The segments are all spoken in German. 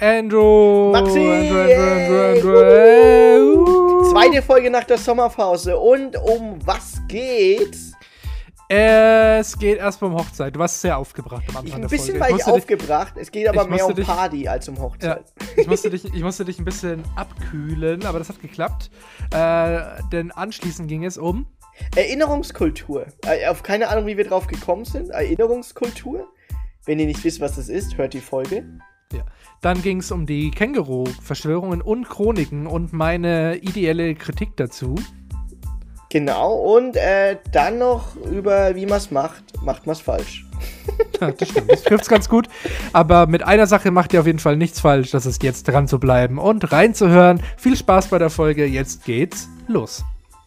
Andrew! Maxi! Andrew. Zweite Folge nach der Sommerpause. Und um was geht's? Es geht erstmal um Hochzeit. Du warst sehr aufgebracht am Anfang der Folge. Ein bisschen war ich aufgebracht. Es geht aber mehr um Party als um Hochzeit. Ja, ich musste dich ein bisschen abkühlen, aber das hat geklappt. Denn anschließend ging es um Erinnerungskultur. Auf keine Ahnung, wie wir drauf gekommen sind. Erinnerungskultur. Wenn ihr nicht wisst, was das ist, hört die Folge. Ja. Dann ging es um die Känguru-Verschwörungen und Chroniken und meine ideelle Kritik dazu. Genau, und dann noch über wie man es macht. Macht man es falsch. Ja, das stimmt, das trifft es ganz gut. Aber mit einer Sache macht ihr auf jeden Fall nichts falsch. Das ist jetzt dran zu bleiben und reinzuhören. Viel Spaß bei der Folge. Jetzt geht's los.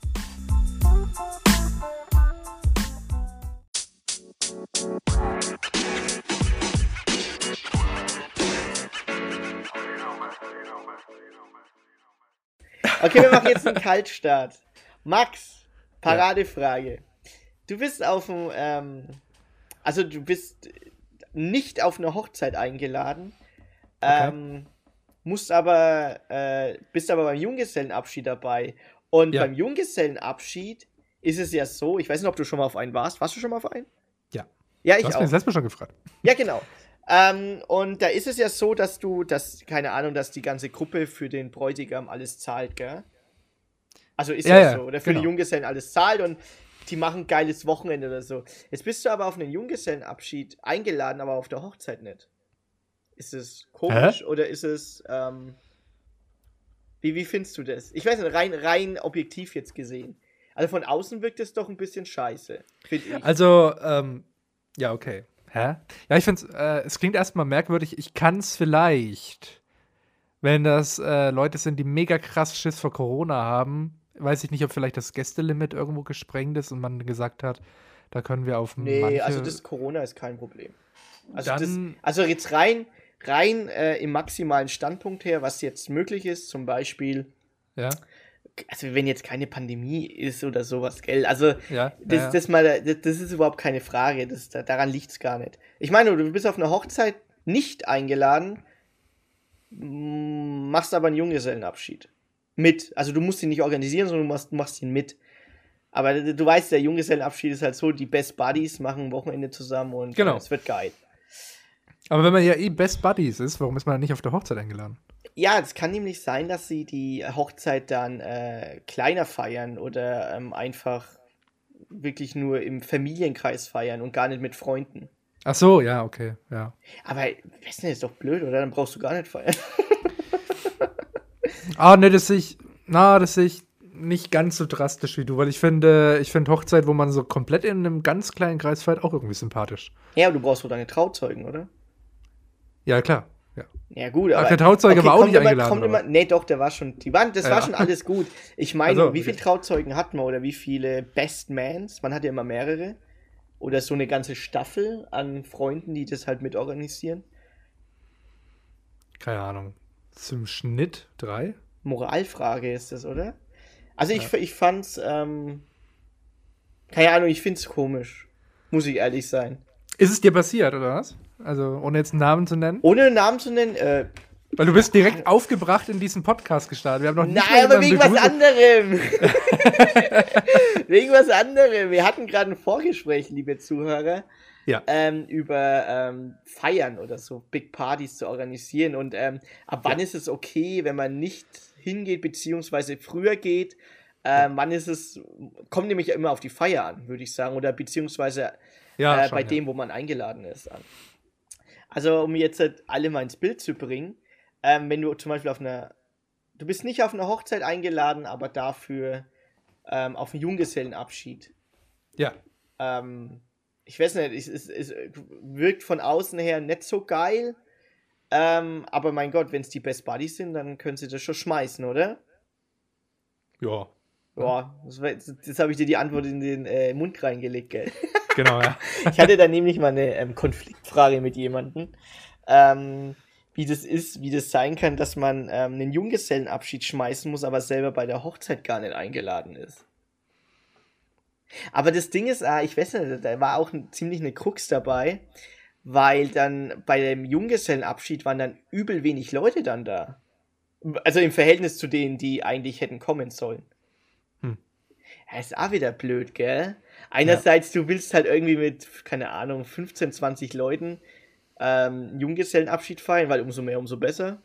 Okay, wir machen jetzt einen Kaltstart. Max, Paradefrage. Du bist auf dem, du bist nicht auf eine Hochzeit eingeladen, Okay. bist aber beim Junggesellenabschied dabei. Und beim Junggesellenabschied ist es ja so, ich weiß nicht, ob du schon mal auf einen warst. Warst du schon mal auf einen? Ja. Ja, ich Du hast auch. mich das letzte Mal schon gefragt. Ja, genau. Und da ist es ja so, dass die ganze Gruppe für den Bräutigam alles zahlt, gell? Also ist ja so. Oder für die Junggesellen alles zahlt und die machen ein geiles Wochenende oder so. Jetzt bist du aber auf einen Junggesellenabschied eingeladen, aber auf der Hochzeit nicht. Ist es komisch oder ist es, wie findest du das? Ich weiß nicht, rein objektiv jetzt gesehen. Also von außen wirkt es doch ein bisschen scheiße, finde ich. Also, ja, okay. Hä? Ja, ich finde es klingt erstmal merkwürdig. Ich kann es vielleicht, wenn das Leute sind, die mega krass Schiss vor Corona haben, weiß ich nicht, ob vielleicht das Gästelimit irgendwo gesprengt ist und man gesagt hat, da können wir auf Nee, also das Corona ist kein Problem. Also, Dann, jetzt rein im maximalen Standpunkt her, was jetzt möglich ist, zum Beispiel, ja, also wenn jetzt keine Pandemie ist oder sowas, gell, also das ist überhaupt keine Frage, daran liegt es gar nicht. Ich meine, du bist auf einer Hochzeit nicht eingeladen, machst aber einen Junggesellenabschied. Also du musst ihn nicht organisieren, sondern du machst ihn mit. Aber du weißt, der Junggesellenabschied ist halt so, die Best Buddies machen ein Wochenende zusammen und es wird geil. Aber wenn man ja Best Buddies ist, warum ist man dann nicht auf der Hochzeit eingeladen? Ja, es kann nämlich sein, dass sie die Hochzeit dann kleiner feiern oder einfach wirklich nur im Familienkreis feiern und gar nicht mit Freunden. Ach so, ja, okay, ja. Aber, weißt du, ist doch blöd, oder? Dann brauchst du gar nicht feiern. Ne, das sehe ich nicht ganz so drastisch wie du, weil ich finde Hochzeit, wo man so komplett in einem ganz kleinen Kreis feiert, auch irgendwie sympathisch. Ja, aber du brauchst wohl deine Trauzeugen, oder? Ja, klar. Ja, gut, aber. Der Trauzeuge war auch nicht eingeladen. Nee, doch, der war schon. Das war schon alles gut. Ich meine, Also, wie viele Trauzeugen hat man oder wie viele Best Mans? Man hat ja immer mehrere. Oder so eine ganze Staffel an Freunden, die das halt mitorganisieren. Keine Ahnung. Zum Schnitt 3? Moralfrage ist das, oder? Also ich fand's, keine Ahnung, ich find's komisch. Muss ich ehrlich sein. Ist es dir passiert, oder was? Also, ohne jetzt einen Namen zu nennen? Ohne einen Namen zu nennen, Weil du bist direkt aufgebracht in diesen Podcast gestartet. Wir haben noch nicht nein, aber wegen was anderem. Wegen was anderem. Wir hatten gerade ein Vorgespräch, liebe Zuhörer, über Feiern oder so, Big Partys zu organisieren. Und ab wann ist es okay, wenn man nicht hingeht, beziehungsweise früher geht? Wann ist es, kommt nämlich immer auf die Feier an, würde ich sagen, oder beziehungsweise bei dem, wo man eingeladen ist, an. Also, um jetzt alle mal ins Bild zu bringen, wenn du zum Beispiel du bist nicht auf einer Hochzeit eingeladen, aber dafür auf einen Junggesellenabschied. Ja. Ich weiß nicht, es wirkt von außen her nicht so geil, aber mein Gott, wenn es die Best Buddies sind, dann können sie das schon schmeißen, oder? Ja. Boah, jetzt habe ich dir die Antwort in den Mund reingelegt, gell? Genau, ja. Ich hatte da nämlich mal eine Konfliktfrage mit jemandem, wie das sein kann, dass man einen Junggesellenabschied schmeißen muss, aber selber bei der Hochzeit gar nicht eingeladen ist. Aber das Ding ist, ich weiß nicht, da war auch ziemlich eine Krux dabei, weil dann bei dem Junggesellenabschied waren dann übel wenig Leute dann da. Also im Verhältnis zu denen, die eigentlich hätten kommen sollen. Ja, ist auch wieder blöd, gell? Einerseits, du willst halt irgendwie mit, keine Ahnung, 15, 20 Leuten Junggesellenabschied feiern, weil umso mehr, umso besser.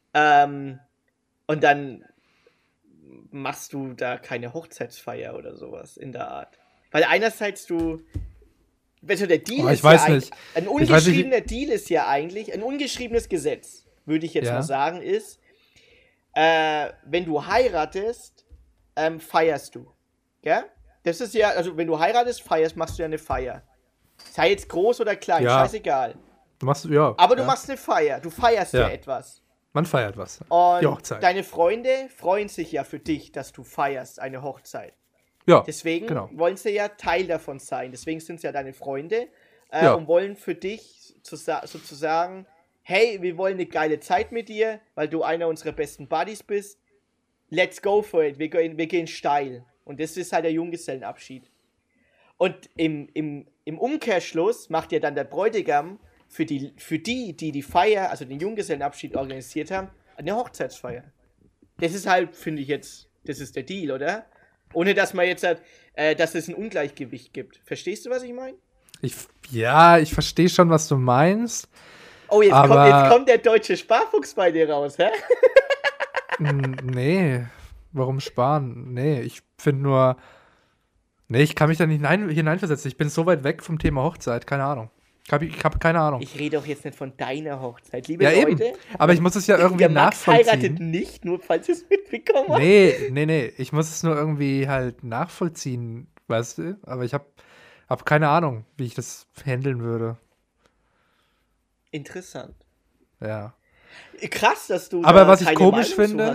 Und dann machst du da keine Hochzeitsfeier oder sowas in der Art. Weil einerseits weißt du, der Deal ich weiß nicht. Ein ungeschriebener Deal ist ja eigentlich, ein ungeschriebenes Gesetz, würde ich jetzt mal sagen, ist, wenn du heiratest, feierst du. Ja? Das ist ja, also wenn du heiratest, machst du ja eine Feier. Sei jetzt groß oder klein, scheißegal. Du machst eine Feier, du feierst ja etwas. Man feiert was. Und die Hochzeit. Deine Freunde freuen sich ja für dich, dass du feierst eine Hochzeit. Ja, deswegen wollen sie ja Teil davon sein. Deswegen sind es ja deine Freunde und wollen für dich sozusagen, hey, wir wollen eine geile Zeit mit dir, weil du einer unserer besten Buddies bist. Let's go for it. Wir gehen steil. Und das ist halt der Junggesellenabschied. Und im Umkehrschluss macht ja dann der Bräutigam für die Feier, also den Junggesellenabschied organisiert haben, eine Hochzeitsfeier. Das ist halt, finde ich jetzt, das ist der Deal, oder? Ohne dass man jetzt hat, dass es ein Ungleichgewicht gibt. Verstehst du, was ich meine? Ich verstehe schon, was du meinst. Oh, jetzt kommt der deutsche Sparfuchs bei dir raus, hä? Nee, warum sparen? Nee, ich finde nur, ich kann mich da nicht hineinversetzen. Ich bin so weit weg vom Thema Hochzeit, keine Ahnung. Ich habe keine Ahnung. Ich rede doch jetzt nicht von deiner Hochzeit, liebe Leute. Eben. Aber ich muss es ja irgendwie nachvollziehen. Max heiratet nicht, nur falls ihr es mitbekommen habt. Nee. Ich muss es nur irgendwie halt nachvollziehen, weißt du? Aber ich hab keine Ahnung, wie ich das handeln würde. Interessant. Ja. Krass, dass du aber was ich komisch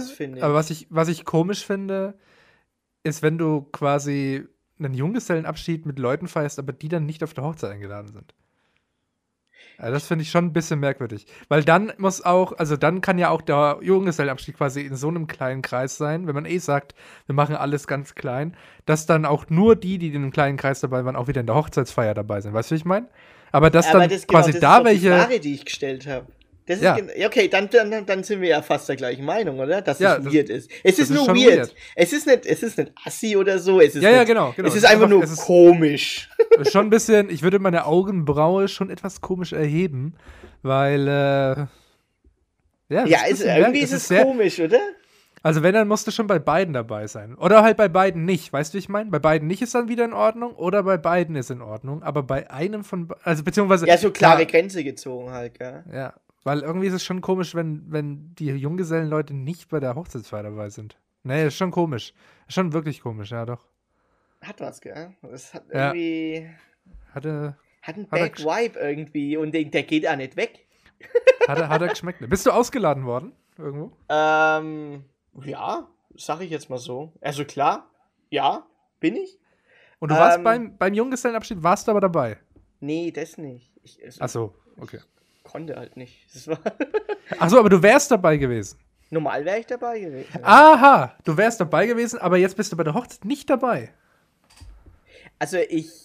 finde, ist, wenn du quasi einen Junggesellenabschied mit Leuten feierst, aber die dann nicht auf der Hochzeit eingeladen sind. Also das finde ich schon ein bisschen merkwürdig. Weil dann dann kann ja auch der Junggesellenabschied quasi in so einem kleinen Kreis sein, wenn man sagt, wir machen alles ganz klein, dass dann auch nur die in einem kleinen Kreis dabei waren, auch wieder in der Hochzeitsfeier dabei sind. Weißt du, wie ich meine? Aber das ist die Frage, die ich gestellt habe. Das ist okay, dann sind wir ja fast der gleichen Meinung, oder? Dass es weird ist. Es ist nur weird. Es ist nicht assi oder so. Es ist genau. Es ist einfach nur komisch. Schon ein bisschen, ich würde meine Augenbraue schon etwas komisch erheben, weil, irgendwie ist es komisch, oder? Also wenn, dann musst du schon bei beiden dabei sein. Oder halt bei beiden nicht, weißt du, wie ich meine? Bei beiden nicht ist dann wieder in Ordnung oder bei beiden ist in Ordnung, aber bei einem beziehungsweise... Ja, so klare Grenze gezogen halt, gell? Ja, weil irgendwie ist es schon komisch, wenn die Junggesellenleute nicht bei der Hochzeitsfeier dabei sind. Nee, ist schon komisch. Ist schon wirklich komisch, ja doch. Hat was, gell? Das hat irgendwie... Hat einen Bad Vibe irgendwie und der geht auch nicht weg. Hat er geschmeckt? Bist du ausgeladen worden? Irgendwo? Ja, sag ich jetzt mal so. Also klar, ja, bin ich. Und du warst beim Junggesellenabschied, warst du aber dabei? Nee, das nicht. Ach so, okay. Konnte halt nicht. Ach so, aber du wärst dabei gewesen. Normal wäre ich dabei gewesen. Ja. Aha, du wärst dabei gewesen, aber jetzt bist du bei der Hochzeit nicht dabei. Also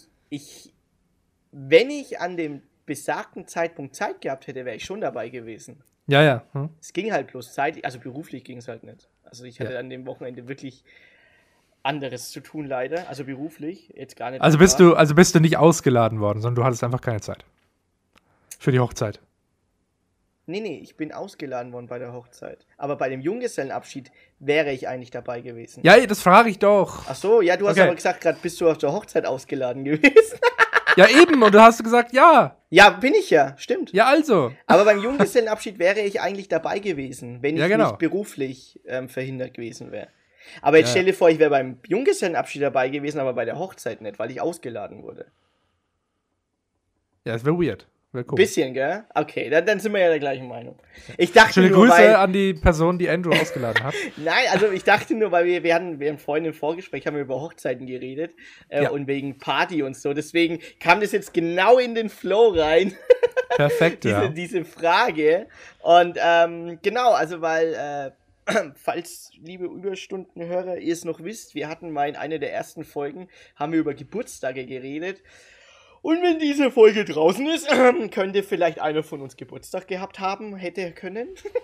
wenn ich an dem besagten Zeitpunkt Zeit gehabt hätte, wäre ich schon dabei gewesen. Ja. Es ging halt bloß Zeit, also beruflich ging es halt nicht. Also ich hatte an dem Wochenende wirklich anderes zu tun, leider. Also beruflich, jetzt gar nicht. Also bist du nicht ausgeladen worden, sondern du hattest einfach keine Zeit. Für die Hochzeit. Nee, ich bin ausgeladen worden bei der Hochzeit. Aber bei dem Junggesellenabschied wäre ich eigentlich dabei gewesen. Ja, das frage ich doch. Ach so, ja, du hast aber gesagt, gerade bist du auf der Hochzeit ausgeladen gewesen. Ja, eben, und du hast gesagt, ja. Ja, bin ich ja, stimmt. Ja, also. Aber beim Junggesellenabschied wäre ich eigentlich dabei gewesen, wenn ich nicht beruflich verhindert gewesen wäre. Aber jetzt stell dir vor, ich wäre beim Junggesellenabschied dabei gewesen, aber bei der Hochzeit nicht, weil ich ausgeladen wurde. Ja, das wäre weird. Cool. Bisschen, gell? Okay, dann sind wir ja der gleichen Meinung. Ich dachte schöne Grüße an die Person, die Andrew ausgeladen hat. Nein, also ich dachte nur, weil wir hatten vorhin im Vorgespräch haben wir über Hochzeiten geredet und wegen Party und so. Deswegen kam das jetzt genau in den Flow rein. Perfekt, diese Frage. Und genau, also weil falls, liebe Überstundenhörer, ihr es noch wisst, wir hatten mal in einer der ersten Folgen, haben wir über Geburtstage geredet. Und wenn diese Folge draußen ist, könnte vielleicht einer von uns Geburtstag gehabt haben, hätte können.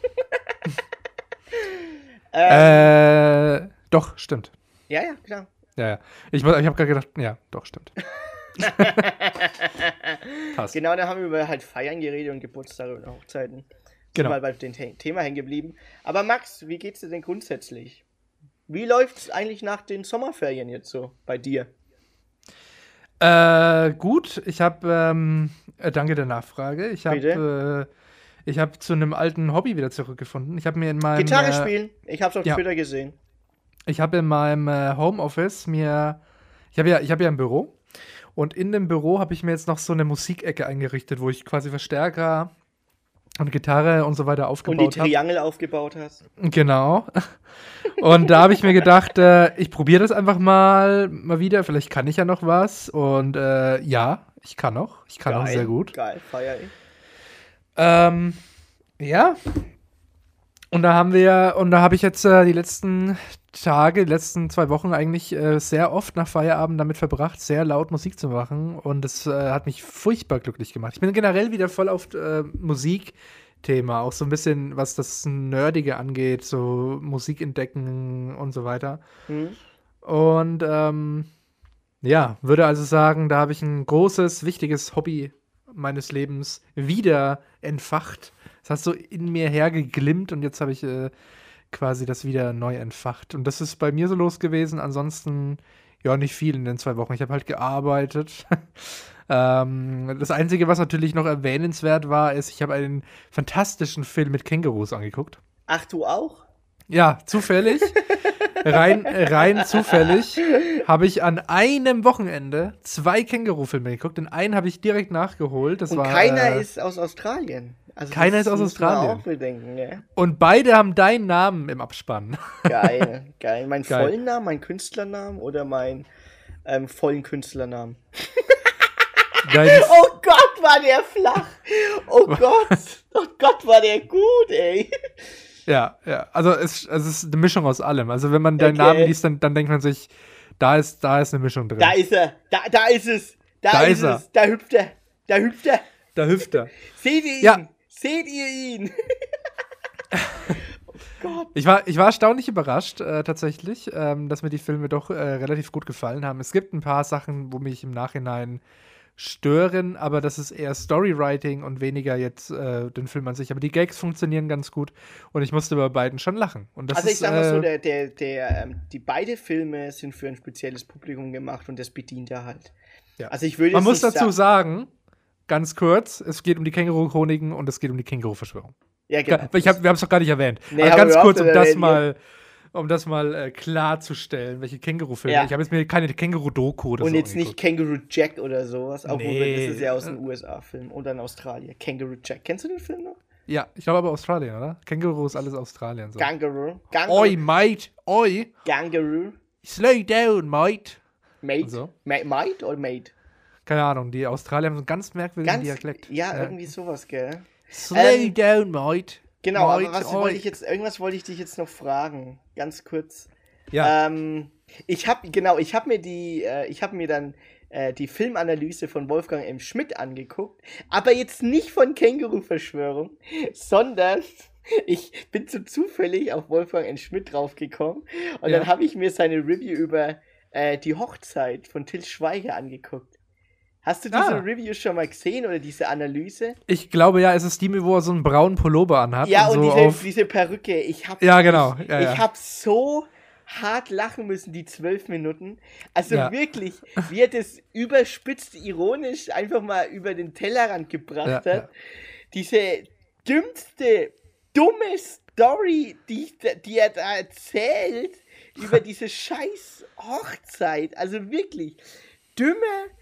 Doch, stimmt. Ja, klar. Ja. Ich habe gerade gedacht, ja, doch, stimmt. Passt. Genau, da haben wir über halt Feiern geredet und Geburtstage und Hochzeiten. Genau. Mal bei dem Thema hängen geblieben. Aber Max, wie geht's dir denn grundsätzlich? Wie läuft's eigentlich nach den Sommerferien jetzt so bei dir? Gut, ich habe, danke der Nachfrage. Ich habe zu einem alten Hobby wieder zurückgefunden. Ich habe mir in meinem Gitarre spielen. Ich habe es auf ja. Twitter gesehen. Ich habe in meinem Homeoffice ich habe ja ein Büro und in dem Büro habe ich mir jetzt noch so eine Musikecke eingerichtet, wo ich quasi Verstärker und Gitarre und so weiter aufgebaut habe. Und die Triangel aufgebaut hast. Genau. Und da habe ich mir gedacht, ich probiere das einfach mal wieder. Vielleicht kann ich ja noch was. Und ja, ich kann noch. Ich kann noch sehr gut. Geil, feier ich. Ja. Und da habe ich jetzt die letzten 2 Wochen eigentlich sehr oft nach Feierabend damit verbracht, sehr laut Musik zu machen. Und das hat mich furchtbar glücklich gemacht. Ich bin generell wieder voll auf Musikthema, auch so ein bisschen, was das Nerdige angeht, so Musik entdecken und so weiter. Und ja, würde also sagen, da habe ich ein großes, wichtiges Hobby meines Lebens wieder entfacht. Das hat so in mir hergeglimmt und jetzt habe ich quasi das wieder neu entfacht. Und das ist bei mir so los gewesen. Ansonsten, ja, nicht viel in den 2 Wochen. Ich habe halt gearbeitet. Das Einzige, was natürlich noch erwähnenswert war, ist, ich habe einen fantastischen Film mit Kängurus angeguckt. Ach, du auch? Ja, zufällig. rein zufällig habe ich an einem Wochenende 2 Känguru-Filme geguckt. Den einen habe ich direkt nachgeholt. Und keiner ist aus Australien. Also keiner ist aus Australien. Auch bedenken, ja. Und beide haben deinen Namen im Abspann. Geil. Mein vollen Namen, mein Künstlernamen oder mein vollen Künstlernamen? Oh Gott, war der flach! Oh Gott, war der gut, ey! Ja. Also es ist eine Mischung aus allem. Also wenn man deinen Namen liest, dann denkt man sich, da ist eine Mischung drin. Da ist er. Da ist es. Da ist es. Da hüpft er. Da hüpft er. Seht ihr ihn? Ja. Seht ihr ihn? Oh Gott. Ich war erstaunlich überrascht, tatsächlich, dass mir die Filme doch relativ gut gefallen haben. Es gibt ein paar Sachen, wo mich im Nachhinein stören, aber das ist eher Storywriting und weniger jetzt den Film an sich. Aber die Gags funktionieren ganz gut und ich musste bei beiden schon lachen. Und das also ich sag mal so, die beide Filme sind für ein spezielles Publikum gemacht und das bedient er halt. Ja. Also ich würde Man muss dazu sagen, ganz kurz, es geht um die Känguru-Chroniken und es geht um die Känguru-Verschwörung. Ja, genau. Wir haben es doch gar nicht erwähnt. Nee, aber ganz kurz, um das mal klarzustellen, welche Känguru-Filme. Ja. Ich habe jetzt mir keine Känguru-Doku oder so und jetzt angeguckt. nicht Kangaroo Jack oder sowas. Auch Nee. das ist ja aus dem USA-Film oder in Australien. Kangaroo Jack. Kennst du den Film noch? Ja, ich glaube aber Australien, oder? Känguru ist alles Australien. So. Kangaroo. Oi, mate. Oi. Kangaroo. Slow down, mate. Mate? So. Mate oder Mate? Keine Ahnung, die Australier haben so einen ganz merkwürdigen Dialekt. Ja, irgendwie sowas, gell? Slow down, mate. Genau, mate, aber irgendwas wollte ich dich jetzt noch fragen. Ganz kurz. Ja. Ich habe mir dann die Filmanalyse von Wolfgang M. Schmidt angeguckt, aber jetzt nicht von Känguru-Verschwörung, sondern ich bin so zufällig auf Wolfgang M. Schmidt draufgekommen und dann habe ich mir seine Review über die Hochzeit von Til Schweiger angeguckt. Hast du diese Review schon mal gesehen oder diese Analyse? Ich glaube ja, es ist die, wo er so einen braunen Pullover anhat. Ja, und so diese Perücke. Ich habe so hart lachen müssen, die 12 Minuten. Also wirklich, wie er das überspitzt, ironisch einfach mal über den Tellerrand gebracht hat. Ja. Diese dümmste, dumme Story, die er da erzählt, über diese scheiß Hochzeit. Also wirklich, dumme.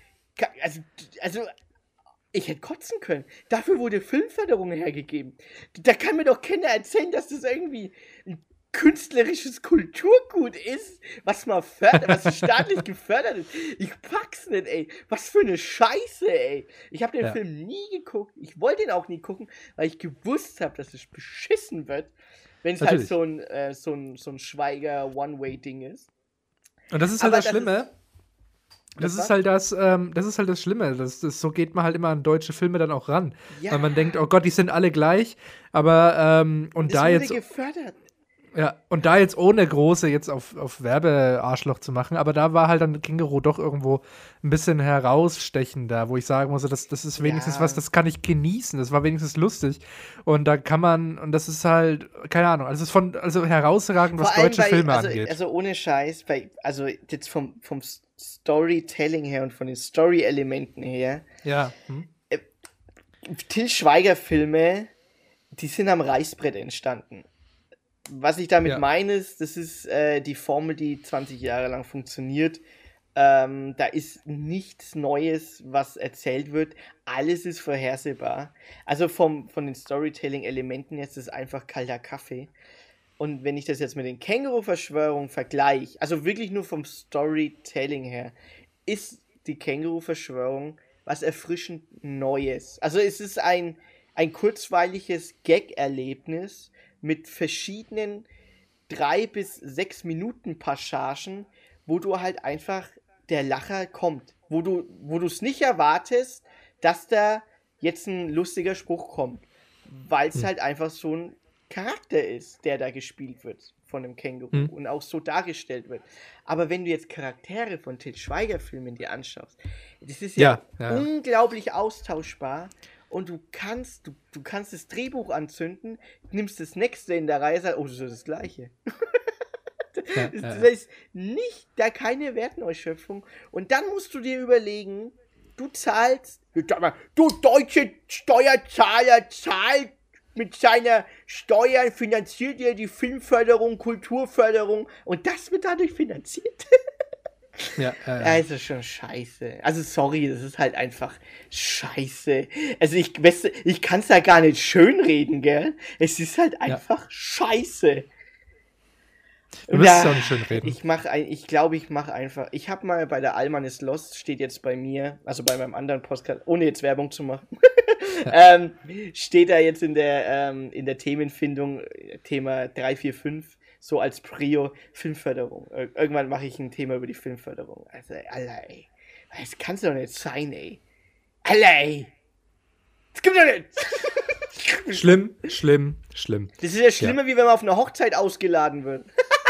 Also, ich hätte kotzen können. Dafür wurde Filmförderung hergegeben. Da kann mir doch keiner erzählen, dass das irgendwie ein künstlerisches Kulturgut ist, was staatlich gefördert ist. Ich pack's nicht, ey. Was für eine Scheiße, ey. Ich habe den Film nie geguckt. Ich wollte ihn auch nie gucken, weil ich gewusst habe, dass es beschissen wird, wenn es halt so ein Schweiger One-Way-Ding ist. Und das ist halt das Schlimme. Das ist halt das Schlimme. So geht man halt immer an deutsche Filme dann auch ran. Ja. Weil man denkt, oh Gott, die sind alle gleich. Aber, und Das da wurde jetzt, gefördert. ja, und da jetzt ohne große jetzt auf Werbearschloch zu machen, aber da war halt dann Känguru doch irgendwo ein bisschen herausstechender, wo ich sagen muss, das ist wenigstens Ja. was, das kann ich genießen. Das war wenigstens lustig. Und da kann man, und das ist halt, keine Ahnung, also herausragend, was Vor allem deutsche Filme also, angeht. also ohne Scheiß, also jetzt vom Storytelling her und von den Story-Elementen her, Ja. Til Schweiger-Filme, die sind am Reißbrett entstanden. Was ich damit Ja. meine, ist, das ist die Formel, die 20 Jahre lang funktioniert. Da ist nichts Neues, was erzählt wird. Alles ist vorhersehbar. Also von den Storytelling-Elementen jetzt ist es einfach kalter Kaffee. Und wenn ich das jetzt mit den Känguru-Verschwörungen vergleiche, also wirklich nur vom Storytelling her, ist die Känguru-Verschwörung was erfrischend Neues. Also es ist ein kurzweiliges Gag-Erlebnis mit verschiedenen 3 bis 6 Minuten Passagen, wo du halt einfach der Lacher kommt. Wo du es nicht erwartest, dass da jetzt ein lustiger Spruch kommt. Weil es halt einfach so ein Charakter ist, der da gespielt wird von dem Känguru und auch so dargestellt wird. Aber wenn du jetzt Charaktere von Til Schweiger-Filmen dir anschaust, das ist ja unglaublich austauschbar und du kannst das Drehbuch anzünden, nimmst das nächste in der Reihe, sagst, oh, das ist das Gleiche. Das ist nicht, da keine Wertenausschöpfung. Und dann musst du dir überlegen, du zahlst, du deutsche Steuerzahler zahlt mit seiner Steuer, finanziert ihr die Filmförderung, Kulturförderung und das wird dadurch finanziert. Ja. Das ist schon scheiße. Also sorry, das ist halt einfach scheiße. Also ich kann es ja gar nicht schönreden, gell? Es ist halt einfach scheiße. Du müsst es auch nicht schön reden. Ich glaube, ich mache einfach. Ich habe mal bei der Allman is Lost, steht jetzt bei mir, also bei meinem anderen Podcast, ohne jetzt Werbung zu machen, steht da jetzt in der Themenfindung Thema 3, 4, 5, so als Prio Filmförderung. Irgendwann mache ich ein Thema über die Filmförderung. Also, Alter, ey. Das kann es doch nicht sein, ey. Alter, ey. Das gibt doch nicht. Schlimm. Das ist ja schlimmer, wie wenn man auf einer Hochzeit ausgeladen wird.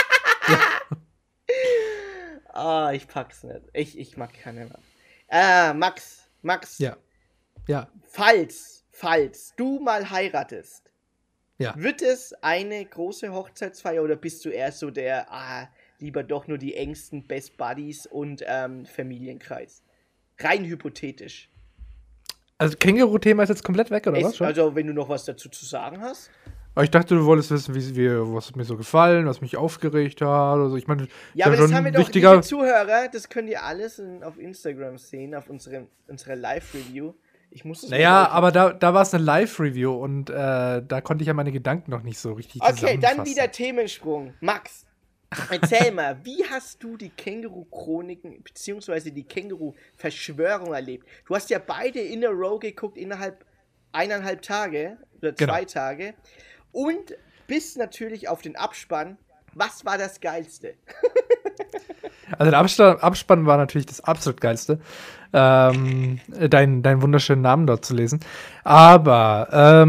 Ich pack's nicht. Ich mag keine mehr. Max. Ja. Falls du mal heiratest, Ja. wird es eine große Hochzeitsfeier oder bist du eher so der, lieber doch nur die engsten Best Buddies und Familienkreis? Rein hypothetisch. Also Känguru-Thema ist jetzt komplett weg, oder was? Schon? Also, wenn du noch was dazu zu sagen hast. Aber ich dachte, du wolltest wissen, was mir so gefallen, was mich aufgeregt hat. Also ich meine, Ja, aber das haben wir doch, liebe Zuhörer, das könnt ihr alles auf Instagram sehen, auf unserer Live-Review. Ich muss das Naja, aber da war es eine Live-Review und da konnte ich ja meine Gedanken noch nicht so richtig zusammenfassen. Okay, dann wieder Themensprung. Max, erzähl mal, wie hast du die Känguru-Chroniken bzw. die Känguru-Verschwörung erlebt? Du hast ja beide in a row geguckt innerhalb 1,5 Tage oder 2 Tage und bist natürlich auf den Abspann. Was war das Geilste? Also der Abspann war natürlich das absolut Geilste, deinen wunderschönen Namen dort zu lesen. Aber,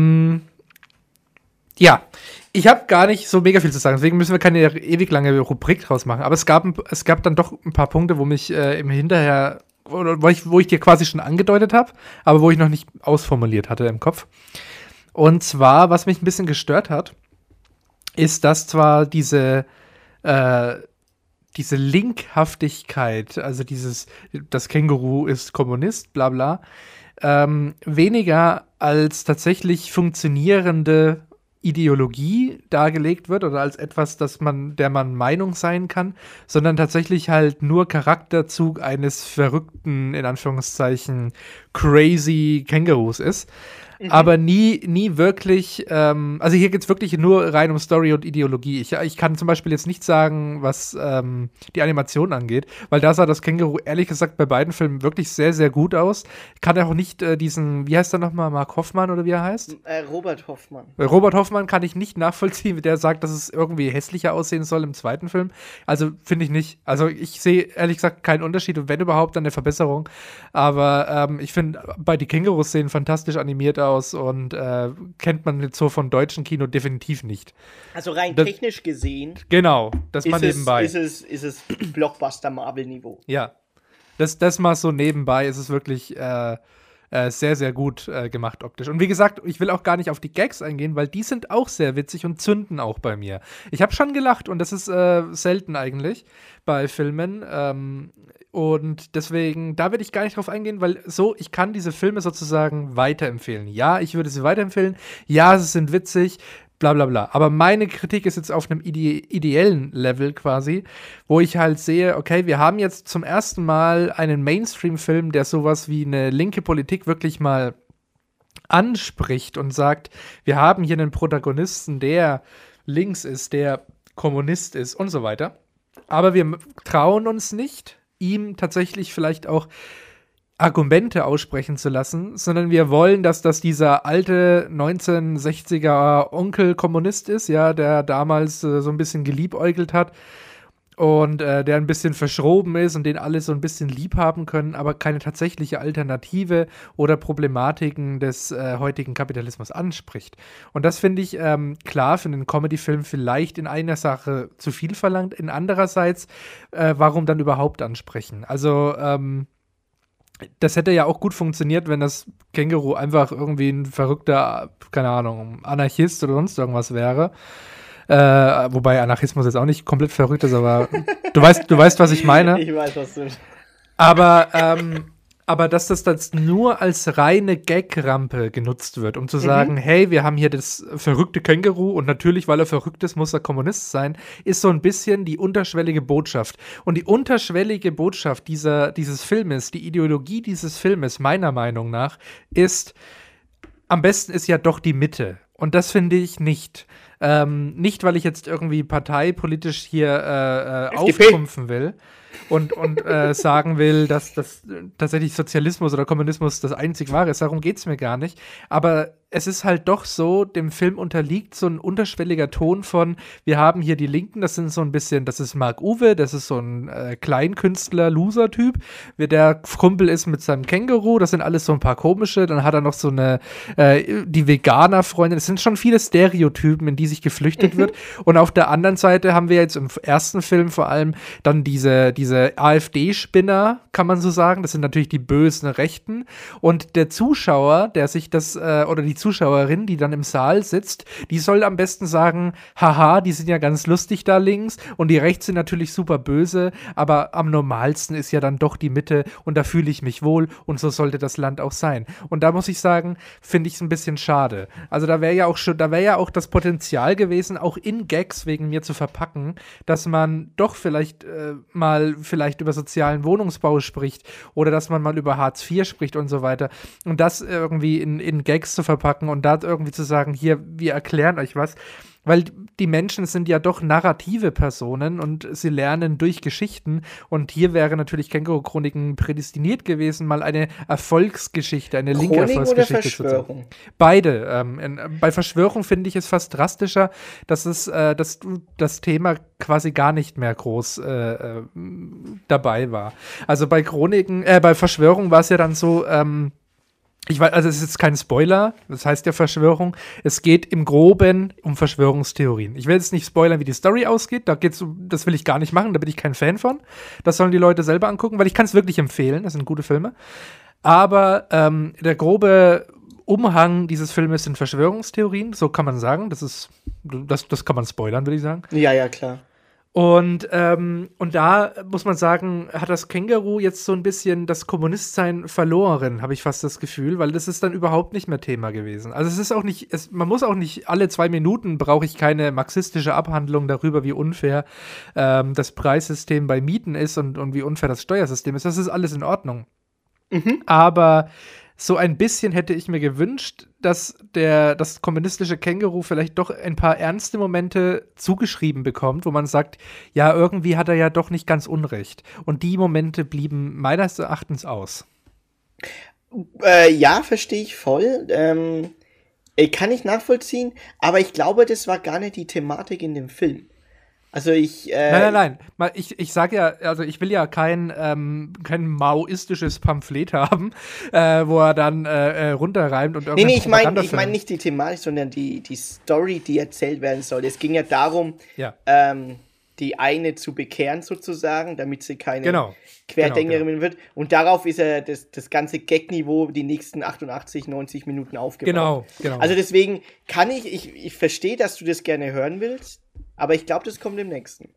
ja, ich habe gar nicht so mega viel zu sagen, deswegen müssen wir keine ewig lange Rubrik draus machen. Aber es gab dann doch ein paar Punkte, wo mich im Hinterher, oder wo ich dir quasi schon angedeutet habe, aber wo ich noch nicht ausformuliert hatte im Kopf. Und zwar, was mich ein bisschen gestört hat, ist, dass zwar diese Linkhaftigkeit, also das Känguru ist Kommunist, bla bla, weniger als tatsächlich funktionierende Ideologie dargelegt wird oder als etwas, der man Meinung sein kann, sondern tatsächlich halt nur Charakterzug eines verrückten, in Anführungszeichen, crazy Kängurus ist. aber nie wirklich, also hier geht es wirklich nur rein um Story und Ideologie. Ich kann zum Beispiel jetzt nicht sagen, was die Animation angeht, weil da sah das Känguru ehrlich gesagt bei beiden Filmen wirklich sehr, sehr gut aus. Ich kann auch nicht diesen, wie heißt er nochmal, Mark Hoffmann oder wie er heißt? Robert Hoffmann. Robert Hoffmann kann ich nicht nachvollziehen, wie der sagt, dass es irgendwie hässlicher aussehen soll im zweiten Film. Also finde ich nicht. Also ich sehe ehrlich gesagt keinen Unterschied und wenn überhaupt dann eine Verbesserung. Aber ich finde, bei die Kängurus sehen fantastisch animiert aus und kennt man jetzt so von deutschen Kino definitiv nicht. Also rein technisch gesehen. Genau, das mal nebenbei. Ist es Blockbuster-Marvel-Niveau. Ja, das mal so nebenbei ist es wirklich sehr, sehr gut gemacht optisch. Und wie gesagt, ich will auch gar nicht auf die Gags eingehen, weil die sind auch sehr witzig und zünden auch bei mir. Ich habe schon gelacht und das ist selten eigentlich bei Filmen. Und deswegen, da will ich gar nicht drauf eingehen, weil so, ich kann diese Filme sozusagen weiterempfehlen. Ja, ich würde sie weiterempfehlen. Ja, sie sind witzig. Bla bla bla. Aber meine Kritik ist jetzt auf einem ideellen Level quasi, wo ich halt sehe, okay, wir haben jetzt zum ersten Mal einen Mainstream-Film, der sowas wie eine linke Politik wirklich mal anspricht und sagt, wir haben hier einen Protagonisten, der links ist, der Kommunist ist und so weiter. Aber wir trauen uns nicht, ihm tatsächlich vielleicht auch Argumente aussprechen zu lassen, sondern wir wollen, dass das dieser alte 1960er Onkel Kommunist ist, ja, der damals so ein bisschen geliebäugelt hat und der ein bisschen verschroben ist und den alle so ein bisschen lieb haben können, aber keine tatsächliche Alternative oder Problematiken des heutigen Kapitalismus anspricht. Und das finde ich klar für einen Comedy-Film vielleicht in einer Sache zu viel verlangt, in andererseits, warum dann überhaupt ansprechen? Also, das hätte ja auch gut funktioniert, wenn das Känguru einfach irgendwie ein verrückter, keine Ahnung, Anarchist oder sonst irgendwas wäre. Wobei Anarchismus jetzt auch nicht komplett verrückt ist, aber du weißt, was ich meine. Ich weiß, was du. Aber dass das nur als reine Gag-Rampe genutzt wird, um zu sagen, hey, wir haben hier das verrückte Känguru und natürlich, weil er verrückt ist, muss er Kommunist sein, ist so ein bisschen die unterschwellige Botschaft. Und die unterschwellige Botschaft dieses Filmes, die Ideologie dieses Filmes, meiner Meinung nach, ist, am besten ist ja doch die Mitte. Und das finde ich nicht. Nicht, weil ich jetzt irgendwie parteipolitisch hier auftrumpfen will und sagen will, dass das tatsächlich Sozialismus oder Kommunismus das einzig wahre ist. Darum geht es mir gar nicht. Aber es ist halt doch so, dem Film unterliegt so ein unterschwelliger Ton von, wir haben hier die Linken, das sind so ein bisschen, das ist Mark Uwe, das ist so ein Kleinkünstler-Loser-Typ, wie der Kumpel ist mit seinem Känguru, das sind alles so ein paar komische, dann hat er noch so eine, die Veganer-Freundin, es sind schon viele Stereotypen, in die sich geflüchtet wird. Und auf der anderen Seite haben wir jetzt im ersten Film vor allem dann diese AfD-Spinner, kann man so sagen, das sind natürlich die bösen Rechten. Und der Zuschauer, der sich das, oder die Zuschauerin, die dann im Saal sitzt, die soll am besten sagen, haha, die sind ja ganz lustig da links und die rechts sind natürlich super böse, aber am normalsten ist ja dann doch die Mitte und da fühle ich mich wohl und so sollte das Land auch sein. Und da muss ich sagen, finde ich es ein bisschen schade. Also da wäre ja auch das Potenzial gewesen, auch in Gags wegen mir zu verpacken, dass man doch vielleicht vielleicht über sozialen Wohnungsbau spricht oder dass man mal über Hartz IV spricht und so weiter und das irgendwie in Gags zu verpacken und da irgendwie zu sagen, hier, wir erklären euch was, weil die Menschen sind ja doch narrative Personen und sie lernen durch Geschichten und hier wäre natürlich Känguru-Chroniken prädestiniert gewesen, mal eine Erfolgsgeschichte, eine linke Erfolgsgeschichte zu zeigen. Beide. Bei Verschwörung finde ich es fast drastischer, dass das Thema quasi gar nicht mehr groß dabei war. Also bei Verschwörung war es ja dann so, ich weiß, also es ist jetzt kein Spoiler, das heißt ja Verschwörung. Es geht im Groben um Verschwörungstheorien. Ich will jetzt nicht spoilern, wie die Story ausgeht. Das will ich gar nicht machen, da bin ich kein Fan von. Das sollen die Leute selber angucken, weil ich kann es wirklich empfehlen. Das sind gute Filme. Aber der grobe Umhang dieses Filmes sind Verschwörungstheorien, so kann man sagen. Das kann man spoilern, würde ich sagen. Ja, klar. Und da muss man sagen, hat das Känguru jetzt so ein bisschen das Kommunistsein verloren, habe ich fast das Gefühl, weil das ist dann überhaupt nicht mehr Thema gewesen. Also es ist auch nicht, man muss auch nicht alle 2 Minuten brauche ich keine marxistische Abhandlung darüber, wie unfair das Preissystem bei Mieten ist und wie unfair das Steuersystem ist. Das ist alles in Ordnung. Aber so ein bisschen hätte ich mir gewünscht, dass das kommunistische Känguru vielleicht doch ein paar ernste Momente zugeschrieben bekommt, wo man sagt, ja, irgendwie hat er ja doch nicht ganz Unrecht. Und die Momente blieben meines Erachtens aus. Ja, verstehe ich voll. Kann ich nachvollziehen, aber ich glaube, das war gar nicht die Thematik in dem Film. Also Nein. Ich sage ja, also ich will ja kein maoistisches Pamphlet haben, wo er dann runterreimt und Nee, ich meine nicht die Thematik, sondern die Story, die erzählt werden soll. Es ging ja darum, die eine zu bekehren sozusagen, damit sie keine Querdenkerin wird. Und darauf ist ja das ganze Gag-Niveau die nächsten 88, 90 Minuten aufgebaut. Genau. Also deswegen ich verstehe, dass du das gerne hören willst, aber ich glaube, das kommt im nächsten.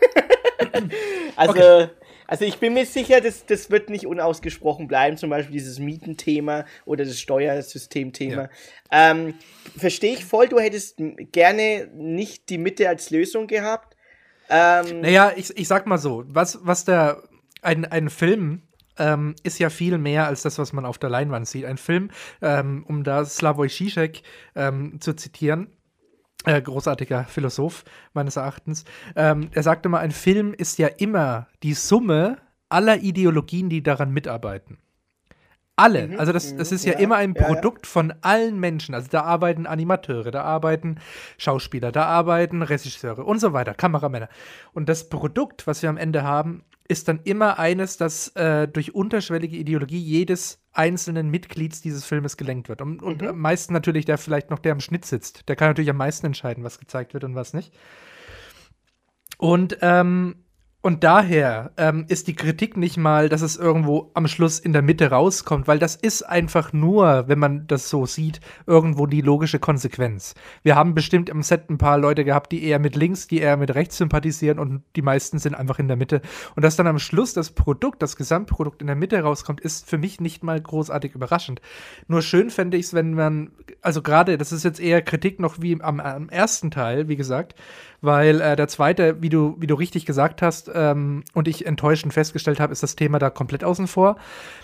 Also ich bin mir sicher, das wird nicht unausgesprochen bleiben, zum Beispiel dieses Mietenthema oder das Steuersystemthema. Ja. Verstehe ich voll, du hättest gerne nicht die Mitte als Lösung gehabt. Naja, ich sag mal so, ein Film ist ja viel mehr als das, was man auf der Leinwand sieht. Ein Film, um da Slavoj Žižek zu zitieren, großartiger Philosoph meines Erachtens, er sagte mal, ein Film ist ja immer die Summe aller Ideologien, die daran mitarbeiten. Alle. Also das ist ja immer ein Produkt von allen Menschen. Also da arbeiten Animateure, da arbeiten Schauspieler, da arbeiten Regisseure und so weiter, Kameramänner. Und das Produkt, was wir am Ende haben, ist dann immer eines, das durch unterschwellige Ideologie jedes einzelnen Mitglieds dieses Filmes gelenkt wird. Und am meisten natürlich der am Schnitt sitzt. Der kann natürlich am meisten entscheiden, was gezeigt wird und was nicht. Und daher ist die Kritik nicht mal, dass es irgendwo am Schluss in der Mitte rauskommt, weil das ist einfach nur, wenn man das so sieht, irgendwo die logische Konsequenz. Wir haben bestimmt am Set ein paar Leute gehabt, die eher mit links, die eher mit rechts sympathisieren und die meisten sind einfach in der Mitte. Und dass dann am Schluss das Gesamtprodukt in der Mitte rauskommt, ist für mich nicht mal großartig überraschend. Nur schön fände ich es, wenn man, also gerade, das ist jetzt eher Kritik noch wie am ersten Teil, wie gesagt, weil der zweite, wie du richtig gesagt hast, und ich enttäuschend festgestellt habe, ist das Thema da komplett außen vor.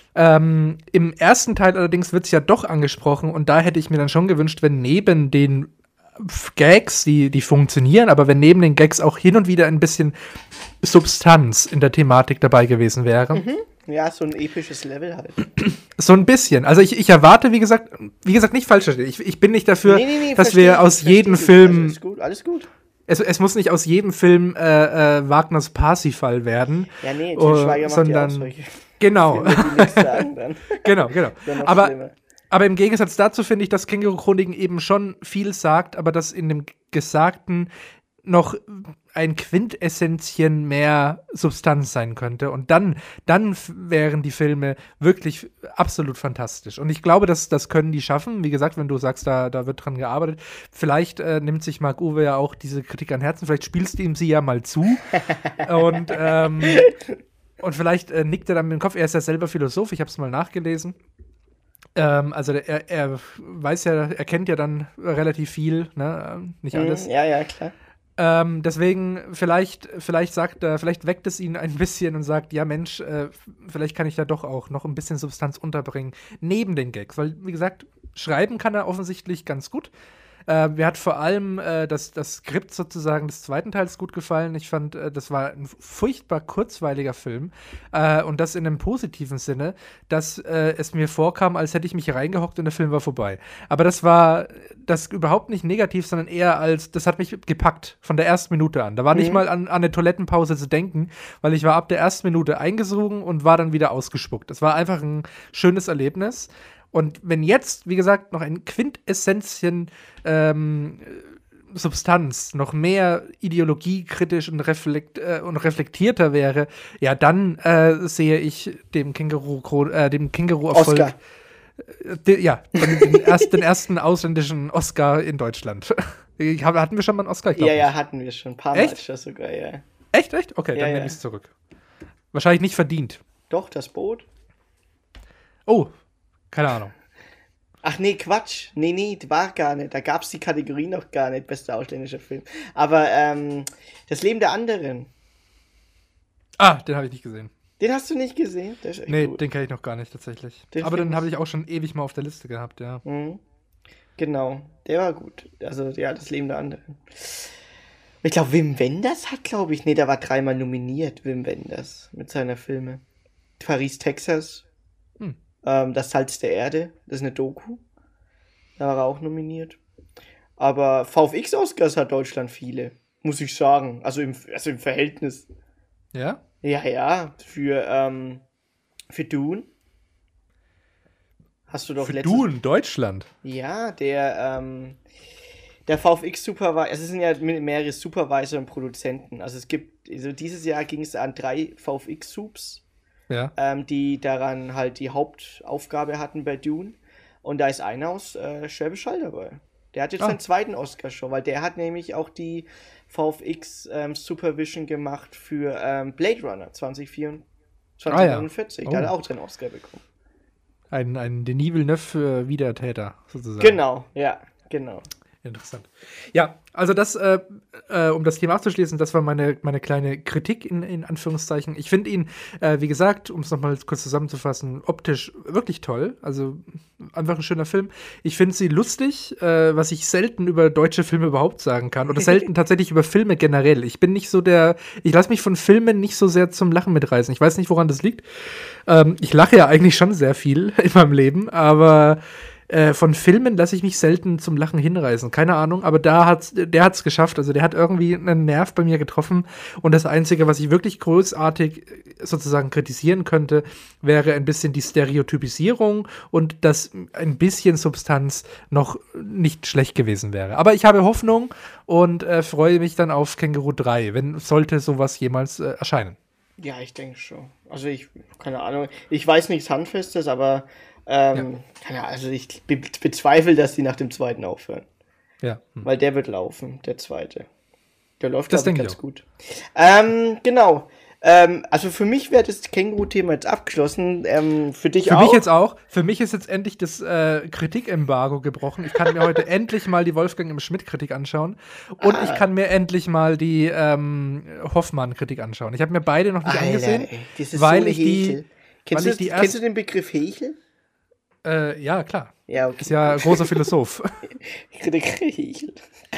Im ersten Teil allerdings wird es ja doch angesprochen und da hätte ich mir dann schon gewünscht, wenn neben den Gags, die funktionieren, aber wenn neben den Gags auch hin und wieder ein bisschen Substanz in der Thematik dabei gewesen wäre. Ja, so ein episches Level halt. So ein bisschen. Also ich erwarte, wie gesagt, nicht falsch verstehen. Ich bin nicht dafür, dass wir aus jedem Film alles gut. Es muss nicht aus jedem Film Wagners Parsifal werden. Ja, nee, Til Schweiger macht ja auch solche genau. Filme, die nichts sagen dann. Genau. Aber im Gegensatz dazu finde ich, dass Känguru-Chroniken eben schon viel sagt, aber dass in dem Gesagten noch ein Quintessenzchen mehr Substanz sein könnte. Und dann wären die Filme wirklich absolut fantastisch. Und ich glaube, das können die schaffen. Wie gesagt, wenn du sagst, da wird dran gearbeitet. Vielleicht nimmt sich Marc Uwe ja auch diese Kritik an Herzen. Vielleicht spielst du ihm sie ja mal zu. Und vielleicht nickt er dann mit dem Kopf. Er ist ja selber Philosoph. Ich habe es mal nachgelesen. Also er weiß ja, er kennt ja dann relativ viel, ne? Nicht alles. Ja, klar. Deswegen, vielleicht weckt es ihn ein bisschen und sagt, ja Mensch, vielleicht kann ich da doch auch noch ein bisschen Substanz unterbringen, neben den Gags. Weil, wie gesagt, schreiben kann er offensichtlich ganz gut. Mir hat vor allem das Skript sozusagen des zweiten Teils gut gefallen. Ich fand, das war ein furchtbar kurzweiliger Film. Und das in einem positiven Sinne, dass es mir vorkam, als hätte ich mich reingehockt und der Film war vorbei. Aber das war das überhaupt nicht negativ, sondern eher das hat mich gepackt von der ersten Minute an. Da war nicht mal an eine Toilettenpause zu denken, weil ich war ab der ersten Minute eingesogen und war dann wieder ausgespuckt. Das war einfach ein schönes Erlebnis. Und wenn jetzt, wie gesagt, noch ein Quintessenzchen Substanz, noch mehr ideologiekritisch und reflektierter wäre, ja, dann sehe ich dem Känguru-Erfolg Oscar. Den ersten ausländischen Oscar in Deutschland. Hatten wir schon mal einen Oscar? Ja, hatten wir schon. Ein paar Mal Echt? sogar, ja. Echt? Okay, dann nehme ich es zurück. Wahrscheinlich nicht verdient. Doch, das Boot. Oh, keine Ahnung. Ach nee, Quatsch. Nee, war gar nicht. Da gab es die Kategorie noch gar nicht. Bester ausländischer Film. Aber Das Leben der anderen. Ah, den habe ich nicht gesehen. Den hast du nicht gesehen? Der ist echt Nee, gut. den kenne ich noch gar nicht tatsächlich. Den Aber find den habe ich- ich auch schon ewig mal auf der Liste gehabt, ja. Mhm. Genau, der war gut. Also, ja, das Leben der anderen. Ich glaube, Wim Wenders hat, glaube ich, nee, der war 3-mal nominiert, Wim Wenders, mit seiner Filme. Paris, Texas, Hm. Das Salz der Erde, das ist eine Doku. Da war er auch nominiert. Aber VFX-Oscars hat Deutschland viele, muss ich sagen. Also im Verhältnis. Ja? Ja, für Dune hast du doch Für letztes... Dune, Deutschland. Ja, der VFX-Supervisor, es sind ja mehrere Supervisor und Produzenten. Also dieses Jahr ging es an 3 VFX-Subs, Ja. die daran halt die Hauptaufgabe hatten bei Dune. Und da ist einer aus Schwäbisch Hall dabei. Der hat jetzt seinen zweiten Oscar schon, weil der hat nämlich auch die VFX Supervision gemacht für Blade Runner 2049. Oh. Da hat er auch den Oscar bekommen. Ein Denis Villeneuve Wiedertäter, sozusagen. Genau, ja, genau. Interessant. Ja, also das, um das Thema abzuschließen, das war meine kleine Kritik in Anführungszeichen. Ich finde ihn, wie gesagt, um es nochmal kurz zusammenzufassen, optisch wirklich toll. Also einfach ein schöner Film. Ich finde sie lustig, was ich selten über deutsche Filme überhaupt sagen kann. Oder selten tatsächlich über Filme generell. Ich bin nicht so ich lasse mich von Filmen nicht so sehr zum Lachen mitreißen. Ich weiß nicht, woran das liegt. Ich lache ja eigentlich schon sehr viel in meinem Leben, aber von Filmen lasse ich mich selten zum Lachen hinreißen. Keine Ahnung, aber der hat's geschafft. Also der hat irgendwie einen Nerv bei mir getroffen. Und das Einzige, was ich wirklich großartig sozusagen kritisieren könnte, wäre ein bisschen die Stereotypisierung und dass ein bisschen Substanz noch nicht schlecht gewesen wäre. Aber ich habe Hoffnung und freue mich dann auf Känguru 3, sollte sowas jemals erscheinen. Ja, ich denke schon. Also keine Ahnung, ich weiß nichts Handfestes, aber keine Ahnung, also ich bezweifle, dass die nach dem zweiten aufhören. Ja. Weil der wird laufen, der zweite. Der läuft, Das glaube ich, denke ich ganz auch. gut. Genau. Also für mich wäre das Känguru-Thema jetzt abgeschlossen. Für dich Für auch? mich jetzt auch. Für mich ist jetzt endlich das Kritikembargo gebrochen. Ich kann mir heute endlich mal die Wolfgang M. Schmidt-Kritik anschauen. Und ich kann mir endlich mal die Hoffmann-Kritik anschauen. Ich habe mir beide noch nicht angesehen, Ey, das ist weil so ich die. Hechel. Weil ich die Kennst du den Begriff Hechel? Ja, klar. Ja, okay. Ist ja ein großer Philosoph. Hechel.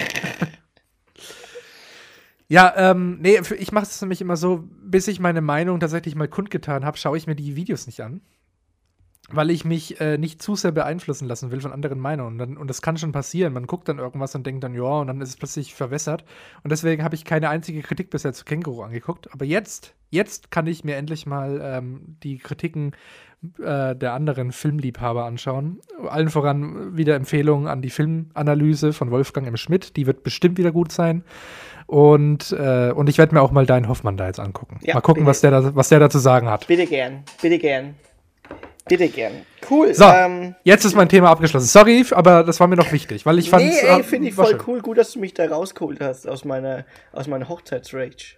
Ja, nee, ich mache es nämlich immer so, bis ich meine Meinung tatsächlich mal kundgetan habe, schaue ich mir die Videos nicht an. Weil ich mich nicht zu sehr beeinflussen lassen will von anderen Meinungen. Und das kann schon passieren. Man guckt dann irgendwas und denkt dann, ja, und dann ist es plötzlich verwässert. Und deswegen habe ich keine einzige Kritik bisher zu Känguru angeguckt. Aber jetzt kann ich mir endlich mal die Kritiken der anderen Filmliebhaber anschauen. Allen voran wieder Empfehlungen an die Filmanalyse von Wolfgang M. Schmidt. Die wird bestimmt wieder gut sein. Und ich werde mir auch mal deinen Hoffmann da jetzt angucken. Ja, mal gucken, was der da zu sagen hat. Bitte gern. Bitte gern. Bitte gern. Cool. So, jetzt ist mein Thema abgeschlossen. Sorry, aber das war mir noch wichtig, weil ich fand Nee, finde ich voll cool. Gut, dass du mich da rausgeholt hast aus meiner Hochzeitsrage.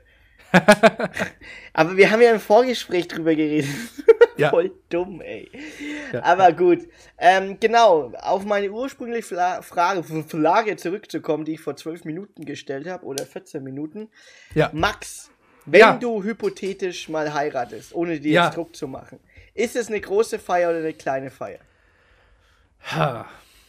Aber wir haben ja im Vorgespräch drüber geredet. Ja. Voll dumm, ey. Ja. Aber gut. Genau, auf meine ursprüngliche Frage zurückzukommen, die ich vor 12 Minuten gestellt habe, oder 14 Minuten. Ja. Max, wenn Ja. du hypothetisch mal heiratest, ohne dir Ja. jetzt Druck zu machen, ist es eine große Feier oder eine kleine Feier? Ha.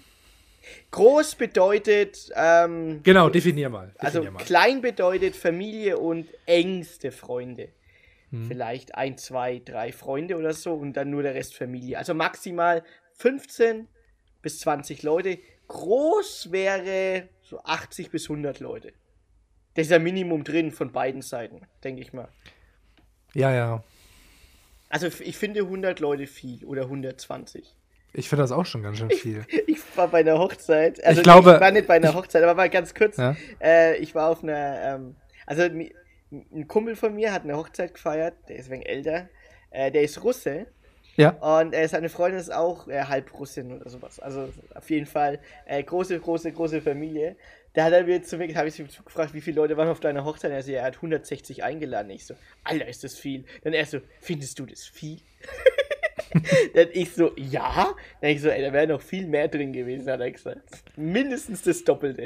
Groß bedeutet, Genau, definier mal. also klein bedeutet Familie und engste Freunde. Vielleicht 1, 2, 3 Freunde oder so und dann nur der Rest Familie. Also maximal 15 bis 20 Leute. Groß wäre so 80 bis 100 Leute. Das ist ja Minimum drin von beiden Seiten, denke ich mal. Ja. Also ich finde 100 Leute viel oder 120. Ich finde das auch schon ganz schön viel. Ich war bei einer Hochzeit. Also Ich glaube- ich war nicht bei einer Hochzeit, aber mal ganz kurz. Ja. Ich war auf einer, ein Kumpel von mir hat eine Hochzeit gefeiert, der ist ein wenig älter. Der ist Russe Ja. und seine Freundin ist auch halb Russin oder sowas. Also auf jeden Fall große Familie. Da hat er mir habe ich mich gefragt, wie viele Leute waren auf deiner Hochzeit? Er so, er hat 160 eingeladen. Ich so, Alter, ist das viel? Dann er so, findest du das viel? Dann ich so, ja. Dann ich so, ey, da wäre noch viel mehr drin gewesen, hat er gesagt. Mindestens das Doppelte.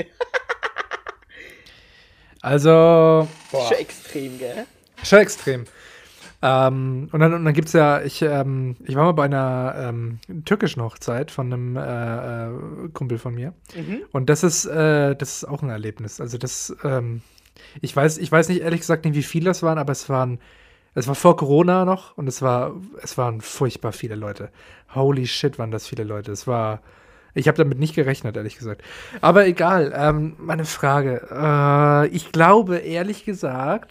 Also, Schon extrem, gell? schon extrem. Und dann gibt es ja, ich war mal bei einer türkischen Hochzeit von einem Kumpel von mir. Mhm. Und das ist auch ein Erlebnis. Also ich weiß nicht ehrlich gesagt nicht, wie viele das waren, aber es war vor Corona noch und es waren furchtbar viele Leute. Holy shit, waren das viele Leute. Ich habe damit nicht gerechnet, ehrlich gesagt. Aber egal, meine Frage. Ich glaube, ehrlich gesagt,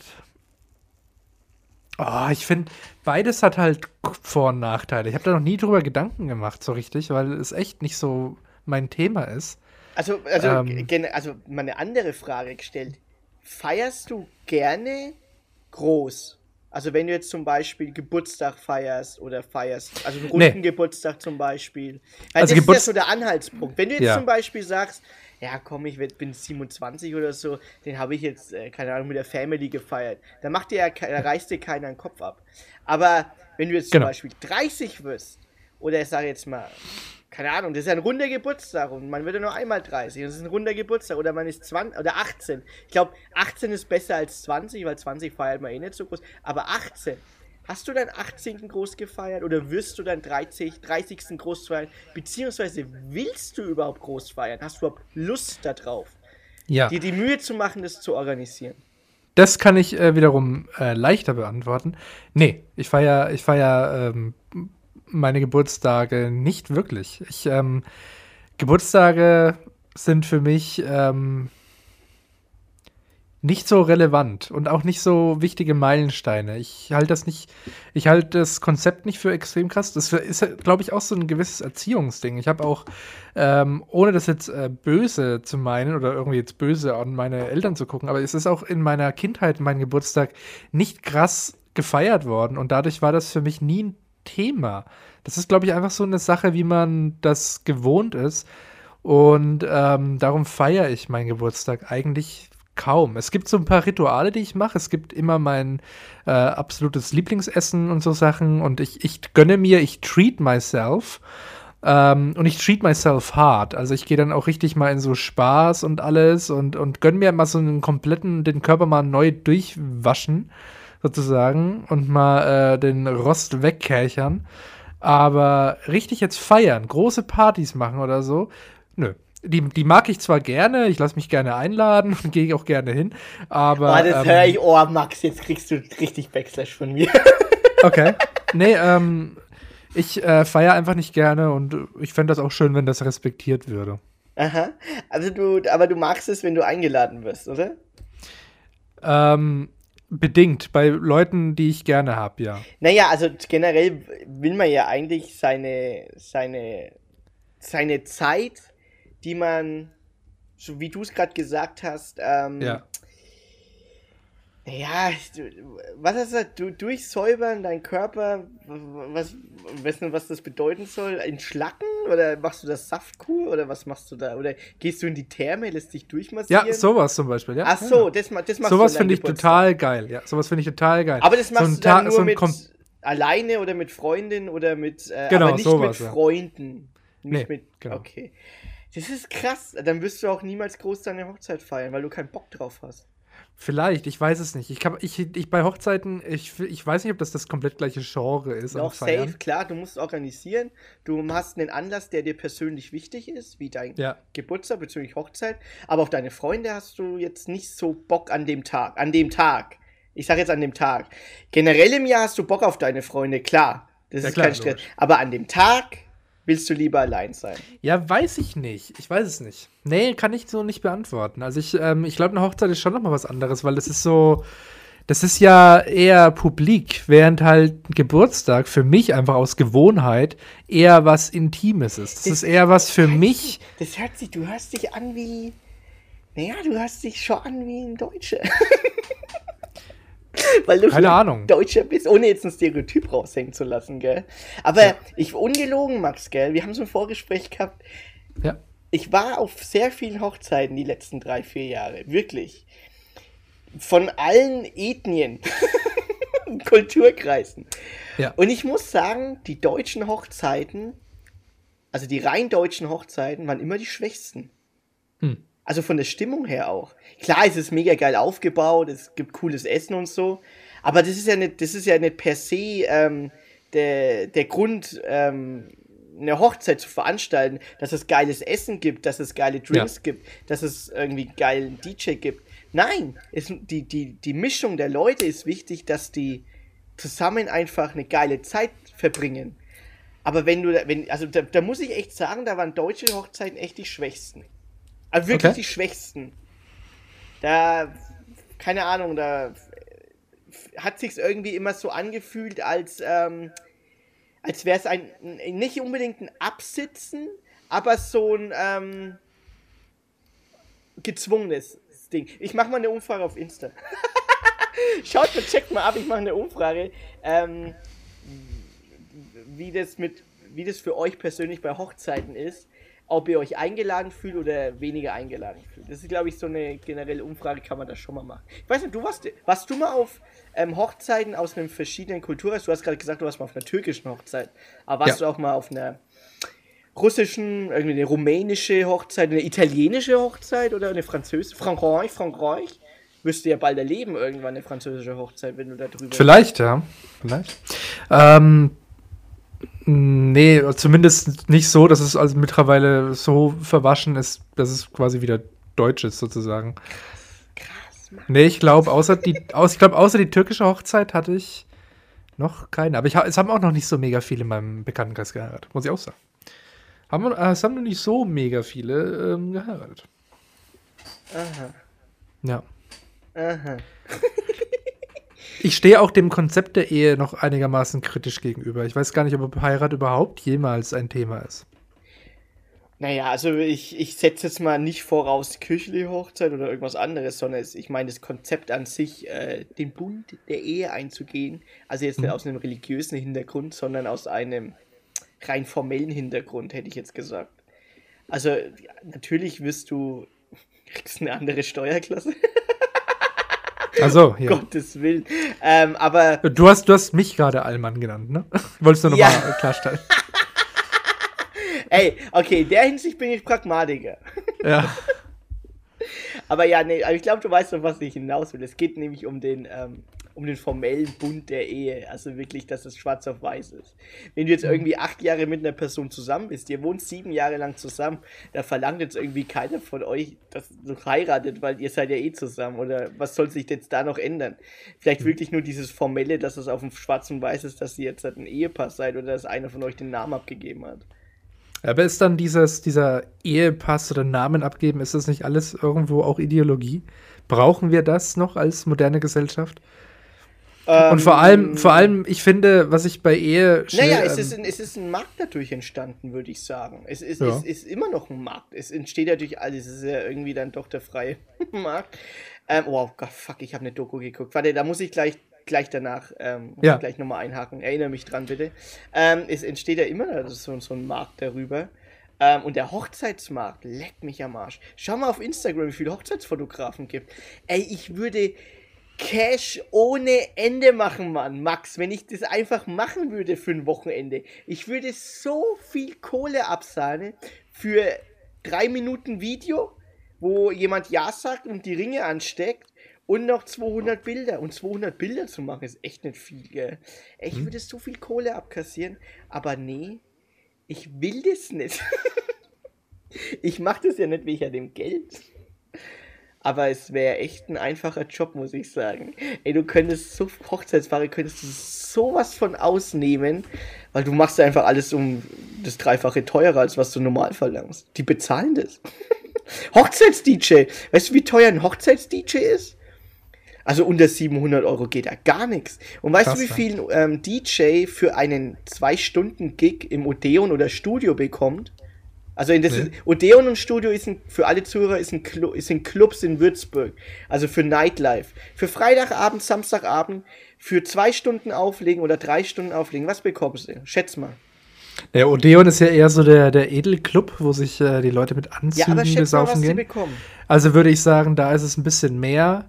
ich finde, beides hat halt Vor- und Nachteile. Ich habe da noch nie drüber Gedanken gemacht, so richtig, weil es echt nicht so mein Thema ist. Ähm, Also mal eine andere Frage gestellt. Feierst du gerne groß? Also wenn du jetzt zum Beispiel Geburtstag feierst oder feierst, also einen runden nee, Geburtstag zum Beispiel. Weil also das ist ja so Geburtstag, der Anhaltspunkt. Wenn du jetzt zum ja, Beispiel sagst, ja komm, bin 27 oder so, den habe ich jetzt, keine Ahnung, mit der Family gefeiert, dann da reißt dir keiner den Kopf ab. Aber wenn du jetzt zum genau. Beispiel 30 wirst, oder ich sage jetzt mal, keine Ahnung, das ist ja ein runder Geburtstag und man wird ja nur einmal 30 und das ist ein runder Geburtstag oder man ist 20 oder 18. Ich glaube, 18 ist besser als 20, weil 20 feiert man eh nicht so groß, aber 18. Hast du deinen 18. groß gefeiert oder wirst du deinen 30. groß feiern? Beziehungsweise willst du überhaupt groß feiern? Hast du überhaupt Lust darauf, Ja, dir die Mühe zu machen, das zu organisieren? das kann ich wiederum leichter beantworten. Nee, ich feier meine Geburtstage nicht wirklich. Geburtstage sind für mich nicht so relevant und auch nicht so wichtige Meilensteine. Ich halte das Konzept nicht für extrem krass. Das ist, glaube ich, auch so ein gewisses Erziehungsding. Ich habe auch, ohne das jetzt böse zu meinen oder irgendwie jetzt böse an meine Eltern zu gucken, aber es ist auch in meiner Kindheit, mein Geburtstag, nicht krass gefeiert worden und dadurch war das für mich nie ein Thema. Das ist, glaube ich, einfach so eine Sache, wie man das gewohnt ist. Und darum feiere ich meinen Geburtstag eigentlich kaum. Es gibt so ein paar Rituale, die ich mache. Es gibt immer mein absolutes Lieblingsessen und so Sachen. Und ich gönne mir, ich treat myself. Und ich treat myself hard. Also ich gehe dann auch richtig mal in so Spaß und alles und gönne mir mal so den Körper mal neu durchwaschen, sozusagen. Und mal den Rost wegkerchern. Aber richtig jetzt feiern, große Partys machen oder so, nö. Die mag ich zwar gerne, ich lasse mich gerne einladen und gehe auch gerne hin, Oh, aber das höre ich, oh Max, jetzt kriegst du richtig Backslash von mir. okay. Nee, ich feiere einfach nicht gerne und ich fände das auch schön, wenn das respektiert würde. Aha. Aber du magst es, wenn du eingeladen wirst, oder? Ähm, bedingt, bei Leuten, die ich gerne habe, ja. Naja, also generell will man ja eigentlich seine Zeit, die man, so wie du es gerade gesagt hast, Ja. ja, was ist das? Du durchsäubern deinen Körper, weißt du, was das bedeuten soll? In Schlacken? Oder machst du das Saftkur? Oder was machst du da? Oder gehst du in die Therme, lässt dich Ja, durchmassieren? sowas zum Beispiel, ja. Ach Ja, so, ja. das machst du Sowas an deinem finde ich Geburtstag. total geil, ja. Sowas finde ich total geil. Aber das So machst ein du dann Tag, nur so ein mit Kom alleine oder mit Freundin oder aber Genau, nicht mit sowas, ja. Freunden. Nicht Nee, mit, genau. okay. Das ist krass. Dann wirst du auch niemals groß deine Hochzeit feiern, weil du keinen Bock drauf hast. Vielleicht, ich weiß es nicht. Ich bei Hochzeiten, ich weiß nicht, ob das komplett gleiche Genre ist an Noch safe, Feiern. klar, du musst organisieren. Du hast einen Anlass, der dir persönlich wichtig ist, wie dein Ja, Geburtstag bzw. Hochzeit. Aber auf deine Freunde hast du jetzt nicht so Bock an dem Tag. An dem Tag. Ich sag jetzt an dem Tag. Generell im Jahr hast du Bock auf deine Freunde, klar. Das ja ist klar, kein Stress. logisch. Aber an dem Tag willst du lieber allein sein. Ja, weiß ich nicht. Ich weiß es nicht. Nee, kann ich so nicht beantworten. Also ich glaube, eine Hochzeit ist schon noch mal was anderes, weil das ist ja eher publik, während halt ein Geburtstag für mich einfach aus Gewohnheit eher was Intimes ist. Das ist eher was für mich. Du hörst dich an wie, naja, du hörst dich schon an wie ein Deutscher. Weil du Keine Ahnung. Deutscher bist, ohne jetzt ein Stereotyp raushängen zu lassen, gell? Aber Ja. ungelogen, Max, gell? Wir haben so ein Vorgespräch gehabt. Ja. Ich war auf sehr vielen Hochzeiten die letzten 3, 4 Jahre. Wirklich. Von allen Ethnien. Kulturkreisen. Ja. Und ich muss sagen, die deutschen Hochzeiten, also die rein deutschen Hochzeiten, waren immer die schwächsten. Hm. Also von der Stimmung her auch. Klar, es ist mega geil aufgebaut, es gibt cooles Essen und so. Aber das ist ja nicht per se der Grund, eine Hochzeit zu veranstalten, dass es geiles Essen gibt, dass es geile Drinks gibt, dass es irgendwie geilen DJ gibt. Nein, die Mischung der Leute ist wichtig, dass die zusammen einfach eine geile Zeit verbringen. Aber da muss ich echt sagen, da waren deutsche Hochzeiten echt die schwächsten. Also wirklich die schwächsten. Da, keine Ahnung, da hat sich's irgendwie immer so angefühlt, als wäre es nicht unbedingt ein Absitzen, aber so ein gezwungenes Ding. Ich mache mal eine Umfrage auf Insta. Checkt mal ab, ich mache eine Umfrage, wie das für euch persönlich bei Hochzeiten ist, ob ihr euch eingeladen fühlt oder weniger eingeladen fühlt. Das ist, glaube ich, so eine generelle Umfrage, kann man das schon mal machen. Ich weiß nicht, warst du mal auf Hochzeiten aus einem verschiedenen Kulturkreis? Du hast gerade gesagt, du warst mal auf einer türkischen Hochzeit, aber warst du auch mal auf einer russischen, irgendwie eine rumänische Hochzeit, eine italienische Hochzeit oder eine französische? Frankreich? Wirst du ja bald erleben, irgendwann eine französische Hochzeit, wenn du da drüber... Vielleicht, ja. Vielleicht. Nee, zumindest nicht so, dass es also mittlerweile so verwaschen ist, dass es quasi wieder deutsch ist, sozusagen. Krass, Mann. Nee, ich glaube, außer die türkische Hochzeit hatte ich noch keine. Aber es haben auch noch nicht so mega viele in meinem Bekanntenkreis geheiratet, muss ich auch sagen. Es haben noch nicht so mega viele geheiratet. Aha. Ja. Aha. Ich stehe auch dem Konzept der Ehe noch einigermaßen kritisch gegenüber. Ich weiß gar nicht, ob Heirat überhaupt jemals ein Thema ist. Naja, also ich setze jetzt mal nicht voraus kirchliche Hochzeit oder irgendwas anderes, sondern ich meine das Konzept an sich, den Bund der Ehe einzugehen, also jetzt nicht aus einem religiösen Hintergrund, sondern aus einem rein formellen Hintergrund, hätte ich jetzt gesagt. Also natürlich kriegst eine andere Steuerklasse. Also, ja. Gottes Willen. Aber. Du hast mich gerade Allmann genannt, ne? Wolltest du nochmal klarstellen? Ey, okay, in der Hinsicht bin ich Pragmatiker. Ja. Aber ja, nee, aber ich glaube, du weißt, auf was ich hinaus will. Es geht nämlich um den formellen Bund der Ehe. Also wirklich, dass es schwarz auf weiß ist. Wenn du jetzt irgendwie 8 Jahre mit einer Person zusammen bist, ihr wohnt 7 Jahre lang zusammen, da verlangt jetzt irgendwie keiner von euch, dass du heiratet, weil ihr seid ja eh zusammen. Oder was soll sich jetzt da noch ändern? Vielleicht wirklich nur dieses Formelle, dass es auf dem Schwarz und Weiß ist, dass ihr jetzt halt ein Ehepaar seid oder dass einer von euch den Namen abgegeben hat. Aber ist dann dieser Ehepass oder Namen abgeben, ist das nicht alles irgendwo auch Ideologie? Brauchen wir das noch als moderne Gesellschaft? Und vor allem, ich finde, was ich bei Ehe Naja, es ist ein Markt dadurch entstanden, würde ich sagen. Es ist immer noch ein Markt. Es entsteht dadurch alles. Es ist ja irgendwie dann doch der freie Markt. Oh Gott, fuck, ich habe eine Doku geguckt. Warte, da muss ich gleich danach gleich nochmal einhaken. Erinnere mich dran, bitte. Es entsteht ja immer so ein Markt darüber. Und der Hochzeitsmarkt leckt mich am Arsch. Schau mal auf Instagram, wie viele Hochzeitsfotografen gibt. Ey, ich würde Cash ohne Ende machen, Mann. Max, wenn ich das einfach machen würde für ein Wochenende. Ich würde so viel Kohle absahnen für 3 Minuten Video, wo jemand Ja sagt und die Ringe ansteckt. Und noch 200 Bilder. Und 200 Bilder zu machen, ist echt nicht viel, gell? Ich würde so viel Kohle abkassieren. Aber nee, ich will das nicht. Ich mache das ja nicht wegen dem Geld. Aber es wäre echt ein einfacher Job, muss ich sagen. Ey, du könntest Hochzeitspaare könntest du sowas von ausnehmen, weil du machst einfach alles um das Dreifache teurer, als was du normal verlangst. Die bezahlen das. Hochzeits-DJ. Weißt du, wie teuer ein Hochzeits-DJ ist? Also unter 700 € geht da gar nichts. Und weißt du, wie viel DJ für einen 2-Stunden-Gig im Odeon oder Studio bekommt? Also Odeon und Studio für alle Zuhörer sind Clubs in Würzburg. Also für Nightlife. Für Freitagabend, Samstagabend, für 2 Stunden auflegen oder 3 Stunden auflegen. Was bekommst du? Schätz mal. Der Odeon ist ja eher so der Edelclub, wo sich die Leute mit Anzügen aber schätz mal, was gehen. die bekommen. Also würde ich sagen, da ist es ein bisschen mehr.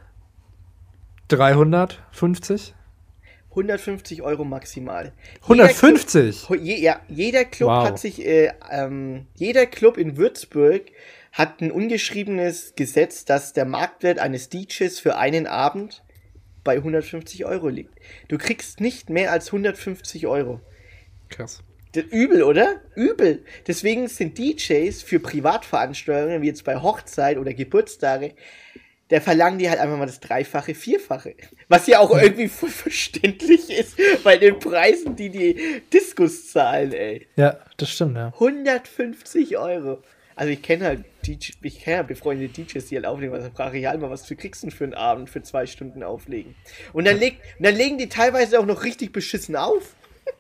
350? 150 € maximal. 150? Jeder Club hat sich, jeder Club in Würzburg hat ein ungeschriebenes Gesetz, dass der Marktwert eines DJs für einen Abend bei 150 Euro liegt. Du kriegst nicht mehr als 150 Euro. Krass. Übel, oder? Übel. Deswegen sind DJs für Privatveranstaltungen, wie jetzt bei Hochzeit oder Geburtstage, da verlangen die halt einfach mal das Dreifache, Vierfache. Was ja auch irgendwie voll verständlich ist bei den Preisen, die Diskos zahlen, ey. Ja, das stimmt, ja. 150 Euro. Also ich kenne halt befreundete DJs, die halt auflegen, was frage ich halt mal, was kriegst du denn für einen Abend für 2 Stunden auflegen? Und dann legen die teilweise auch noch richtig beschissen auf.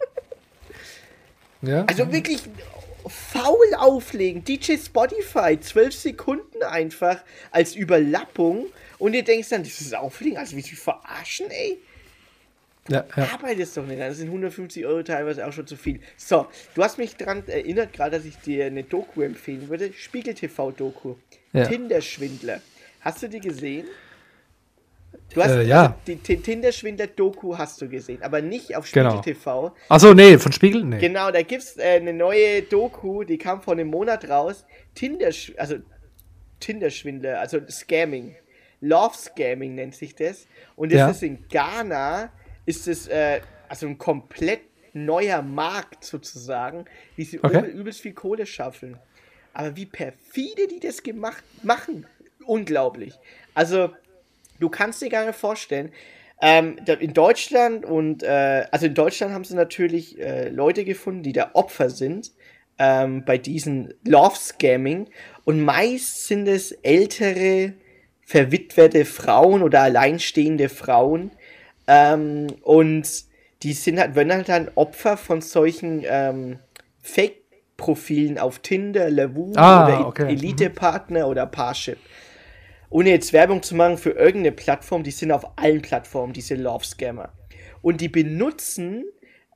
Ja. Also wirklich faul auflegen. DJ Spotify, 12 Sekunden einfach als Überlappung. Und ihr denkt dann, das ist Auflegen, also wie sie verarschen, ey. Ja. Arbeitest doch nicht, das sind 150 Euro teilweise auch schon zu viel. So, du hast mich daran erinnert, gerade, dass ich dir eine Doku empfehlen würde. Spiegel TV-Doku. Ja. Tinder-Schwindler. Hast du die gesehen? Du hast ja. die Tinder-Schwindler-Doku hast du gesehen, aber nicht auf Spiegel TV. Achso, nee, von Spiegel? Nee. Genau, da gibt's eine neue Doku, die kam vor einem Monat raus. Tinder-Schwindler, also Scamming. Love Scamming nennt sich das. Und das ist in Ghana, ist es also ein komplett neuer Markt sozusagen, wie sie übelst viel Kohle schaffeln. Aber wie perfide die das machen, unglaublich. Also, du kannst dir gar nicht vorstellen, in Deutschland in Deutschland haben sie natürlich Leute gefunden, die da Opfer sind bei diesen Love-Scamming und meist sind es ältere, verwitwete Frauen oder alleinstehende Frauen und die werden halt dann Opfer von solchen Fake-Profilen auf Tinder, Lavu oder Elite-Partner oder Parship. Ohne jetzt Werbung zu machen für irgendeine Plattform, die sind auf allen Plattformen, diese Love-Scammer. Und die benutzen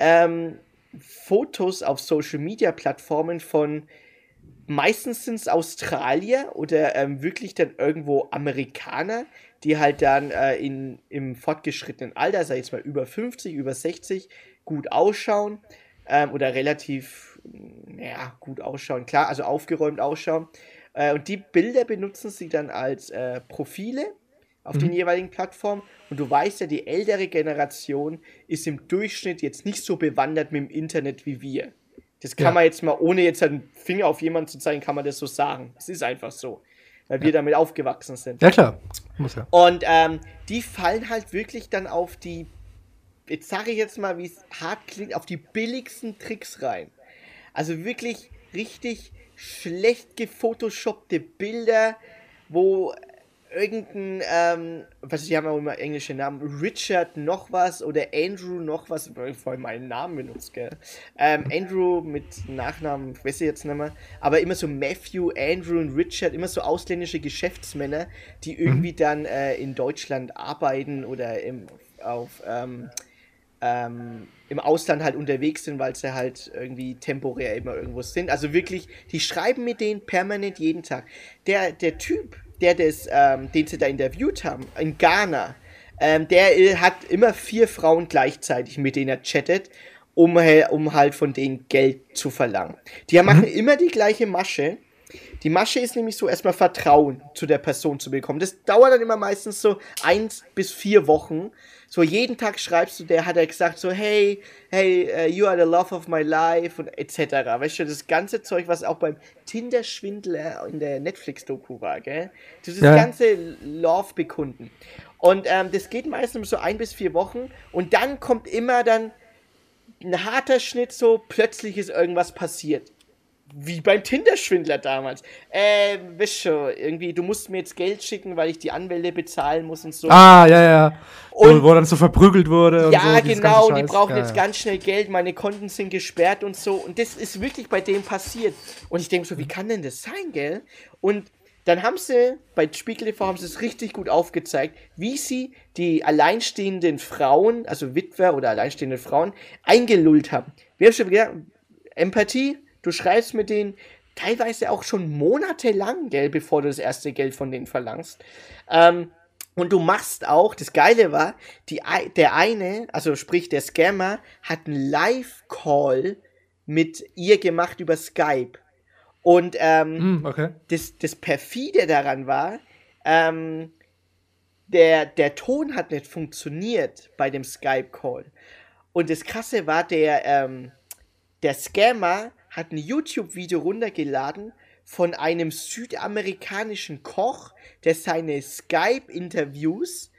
Fotos auf Social-Media-Plattformen von, meistens sind es Australier oder wirklich dann irgendwo Amerikaner, die halt dann im fortgeschrittenen Alter, sag ich jetzt mal über 50, über 60, gut ausschauen oder relativ gut ausschauen, klar, also aufgeräumt ausschauen. Und die Bilder benutzen sie dann als Profile auf den jeweiligen Plattformen. Und du weißt ja, die ältere Generation ist im Durchschnitt jetzt nicht so bewandert mit dem Internet wie wir. Das kann man jetzt mal, ohne jetzt einen Finger auf jemanden zu zeigen, kann man das so sagen. Es ist einfach so, weil wir damit aufgewachsen sind. Ja, klar. Muss ja. Und die fallen halt wirklich dann auf die, jetzt sage ich jetzt mal, wie es hart klingt, auf die billigsten Tricks rein. Also wirklich richtig schlecht gefotoshoppte Bilder, wo irgendein, die haben auch immer englische Namen, Richard noch was oder Andrew noch was, ich vorhin meinen Namen benutzt, gell? Andrew mit Nachnamen, weiß ich jetzt nicht mehr, aber immer so Matthew, Andrew und Richard, immer so ausländische Geschäftsmänner, die irgendwie dann in Deutschland arbeiten oder im Ausland halt unterwegs sind, weil sie halt irgendwie temporär immer irgendwo sind. Also wirklich, die schreiben mit denen permanent jeden Tag. Der Typ, den sie da interviewt haben, in Ghana, der hat immer 4 Frauen gleichzeitig, mit denen er chattet, um halt von denen Geld zu verlangen. Die machen immer die gleiche Masche. Die Masche ist nämlich so, erstmal Vertrauen zu der Person zu bekommen. Das dauert dann immer meistens so 1 bis 4 Wochen. So jeden Tag schreibst du, hat er gesagt so, hey, you are the love of my life und etc. Weißt du, das ganze Zeug, was auch beim Tinder-Schwindler in der Netflix-Doku war, gell? Das ganze Love bekunden. Und das geht meistens so 1 bis 4 Wochen und dann kommt immer dann ein harter Schnitt, so plötzlich ist irgendwas passiert. Wie beim Tinder-Schwindler damals. Wisst schon, irgendwie, du musst mir jetzt Geld schicken, weil ich die Anwälte bezahlen muss und so. Ja. Und wo dann so verprügelt wurde. Ja, und so, genau, die brauchen jetzt ganz schnell Geld, meine Konten sind gesperrt und so. Und das ist wirklich bei dem passiert. Und ich denke so, wie kann denn das sein, gell? Und dann haben sie, bei Spiegel TV haben sie es richtig gut aufgezeigt, wie sie die alleinstehenden Frauen, also Witwer oder alleinstehende Frauen, eingelullt haben. Wir haben schon gesagt, Empathie, du schreibst mit denen teilweise auch schon monatelang, gell, bevor du das erste Geld von denen verlangst. Und du machst auch, das Geile war, der eine, also sprich der Scammer, hat einen Live-Call mit ihr gemacht über Skype. Und das Perfide daran war, der Ton hat nicht funktioniert bei dem Skype-Call. Und das Krasse war, der Scammer hat ein YouTube-Video runtergeladen von einem südamerikanischen Koch, der seine Skype-Interviews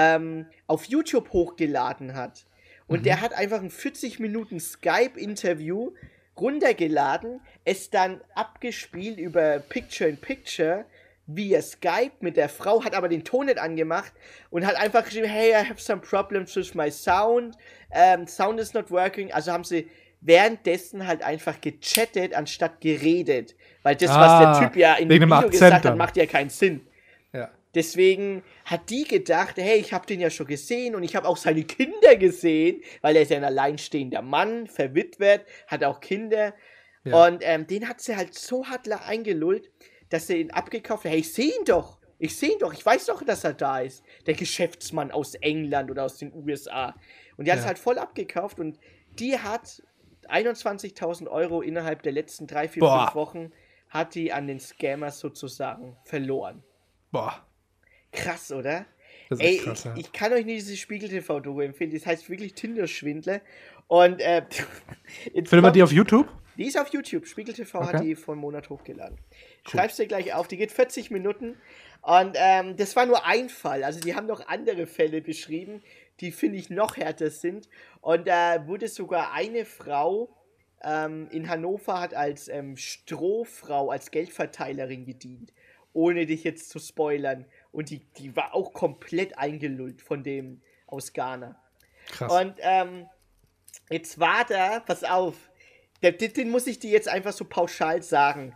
auf YouTube hochgeladen hat. Und der hat einfach ein 40 Minuten Skype-Interview runtergeladen, es dann abgespielt über Picture-in-Picture via Skype mit der Frau, hat aber den Ton nicht angemacht und hat einfach geschrieben, hey, I have some problems with my sound, sound is not working. Also haben sie währenddessen halt einfach gechattet, anstatt geredet. Weil das, was der Typ ja in dem Video gesagt hat, macht ja keinen Sinn. Ja. Deswegen hat die gedacht, hey, ich habe den ja schon gesehen und ich habe auch seine Kinder gesehen, weil er ist ja ein alleinstehender Mann, verwitwet, hat auch Kinder. Ja. Und den hat sie halt so hart eingelullt, dass sie ihn abgekauft hat. Hey, ich sehe ihn doch, ich weiß doch, dass er da ist. Der Geschäftsmann aus England oder aus den USA. Und die hat es halt voll abgekauft und die hat 21.000 € innerhalb der letzten 3, 4, 5 Wochen hat die an den Scammers sozusagen verloren. Boah. Krass, oder? Das ist echt krass, ja. Ich kann euch nicht dieses Spiegel-TV-Doku empfehlen. Das heißt wirklich Tinder-Schwindler. Und findet man die auf YouTube? Die ist auf YouTube. Spiegel TV hat die vor einem Monat hochgeladen. Cool. Schreib's dir gleich auf. Die geht 40 Minuten. Und das war nur ein Fall. Also die haben noch andere Fälle beschrieben, die, finde ich, noch härter sind. Und da wurde sogar eine Frau in Hannover hat als Strohfrau, als Geldverteilerin gedient. Ohne dich jetzt zu spoilern. Und die war auch komplett eingelullt von dem aus Ghana. Krass. Und jetzt war da, pass auf, den muss ich dir jetzt einfach so pauschal sagen.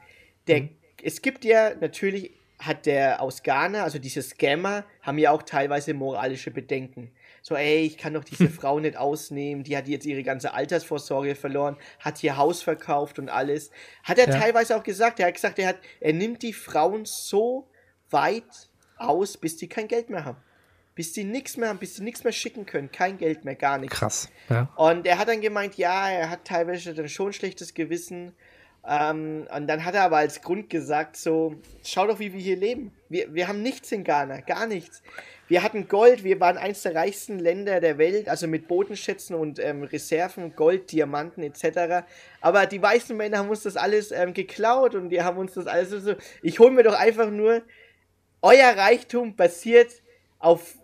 Es gibt ja natürlich, hat der aus Ghana, also diese Scammer, haben ja auch teilweise moralische Bedenken. So, ey, ich kann doch diese Frau nicht ausnehmen, die hat jetzt ihre ganze Altersvorsorge verloren, hat ihr Haus verkauft und alles. Hat er teilweise auch gesagt, er nimmt die Frauen so weit aus, bis die kein Geld mehr haben. Bis die nichts mehr haben, bis die nichts mehr schicken können, kein Geld mehr, gar nichts. Krass, ja. Und er hat dann gemeint, ja, er hat teilweise dann schon schlechtes Gewissen. Und dann hat er aber als Grund gesagt, so, schau doch, wie wir hier leben. Wir haben nichts in Ghana, gar nichts. Wir hatten Gold, wir waren eins der reichsten Länder der Welt, also mit Bodenschätzen und Reserven, Gold, Diamanten etc. Aber die weißen Männer haben uns das alles geklaut und die haben uns das alles so. Ich hole mir doch einfach nur, euer Reichtum basiert auf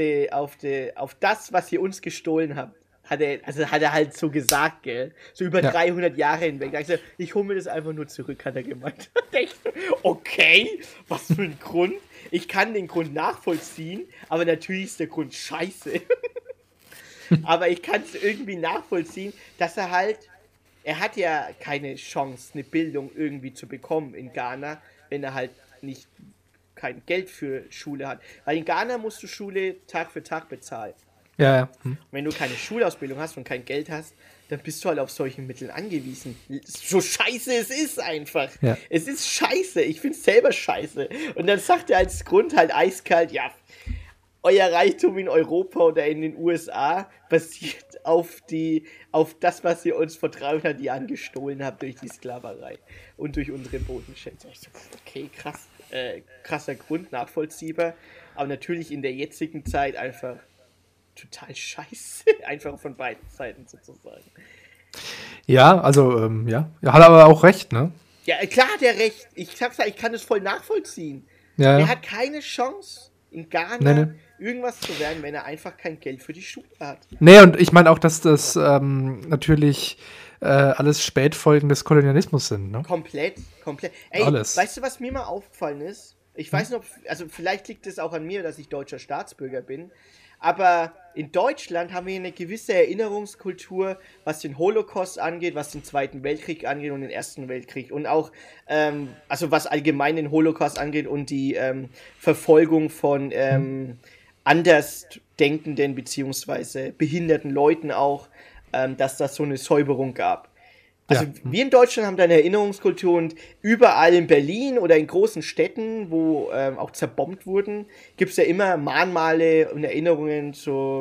das, was ihr uns gestohlen habt. Hat er halt so gesagt, gell? So über 300 Jahre hinweg. Also, ich hole mir das einfach nur zurück, hat er gemeint. Okay, was für ein Grund. Ich kann den Grund nachvollziehen, aber natürlich ist der Grund scheiße. Aber ich kann es irgendwie nachvollziehen, dass er hat ja keine Chance, eine Bildung irgendwie zu bekommen in Ghana, wenn er halt nicht kein Geld für Schule hat. Weil in Ghana musst du Schule Tag für Tag bezahlen. Ja. Wenn du keine Schulausbildung hast und kein Geld hast, dann bist du halt auf solchen Mitteln angewiesen. So scheiße es ist einfach. Ja. Es ist scheiße. Ich find's selber scheiße. Und dann sagt er als Grund halt eiskalt, ja, euer Reichtum in Europa oder in den USA basiert auf das, was ihr uns vor 300 Jahren gestohlen habt durch die Sklaverei und durch unsere Bodenschätze. Ich so, okay, krass. Krasser Grund, nachvollziehbar. Aber natürlich in der jetzigen Zeit einfach total scheiße. Einfach von beiden Seiten sozusagen. Ja, also, ja. Er hat aber auch recht, ne? Ja, klar hat er recht. Ich sag's ja, ich kann es voll nachvollziehen. Ja. Er hat keine Chance, in Ghana irgendwas zu werden, wenn er einfach kein Geld für die Schule hat. Nee, und ich meine auch, dass das natürlich alles Spätfolgen des Kolonialismus sind, ne? Komplett. Ey, alles. Weißt du, was mir mal aufgefallen ist? Ich weiß nicht, also vielleicht liegt es auch an mir, dass ich deutscher Staatsbürger bin, aber in Deutschland haben wir eine gewisse Erinnerungskultur, was den Holocaust angeht, was den Zweiten Weltkrieg angeht und den Ersten Weltkrieg und auch, also was allgemein den Holocaust angeht und die Verfolgung von Andersdenkenden beziehungsweise behinderten Leuten auch, dass das so eine Säuberung gab. Also wir in Deutschland haben da eine Erinnerungskultur und überall in Berlin oder in großen Städten, wo auch zerbombt wurden, gibt es ja immer Mahnmale und Erinnerungen zur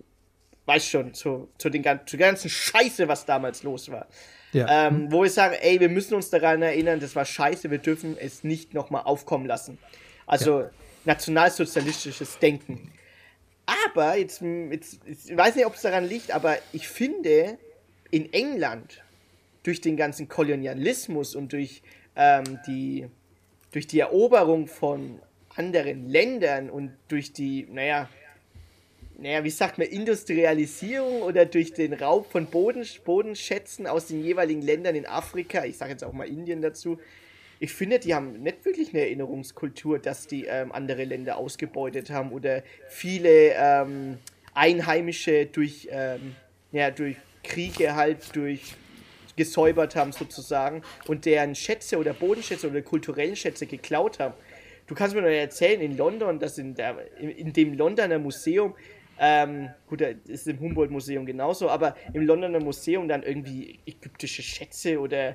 ganzen Scheiße, was damals los war. Ja. Wo wir sagen, ey, wir müssen uns daran erinnern, das war scheiße, wir dürfen es nicht nochmal aufkommen lassen. Also nationalsozialistisches Denken. Aber, ich weiß nicht, ob es daran liegt, aber ich finde, in England, durch den ganzen Kolonialismus und durch die Eroberung von anderen Ländern und durch die, wie sagt man, Industrialisierung oder durch den Raub von Bodenschätzen aus den jeweiligen Ländern in Afrika, ich sage jetzt auch mal Indien dazu, ich finde, die haben nicht wirklich eine Erinnerungskultur, dass die andere Länder ausgebeutet haben oder viele Einheimische durch Kriege halt gesäubert haben sozusagen und deren Schätze oder Bodenschätze oder kulturellen Schätze geklaut haben. Du kannst mir noch erzählen, in London, dass in dem Londoner Museum, gut, das ist im Humboldt-Museum genauso, aber im Londoner Museum dann irgendwie ägyptische Schätze oder,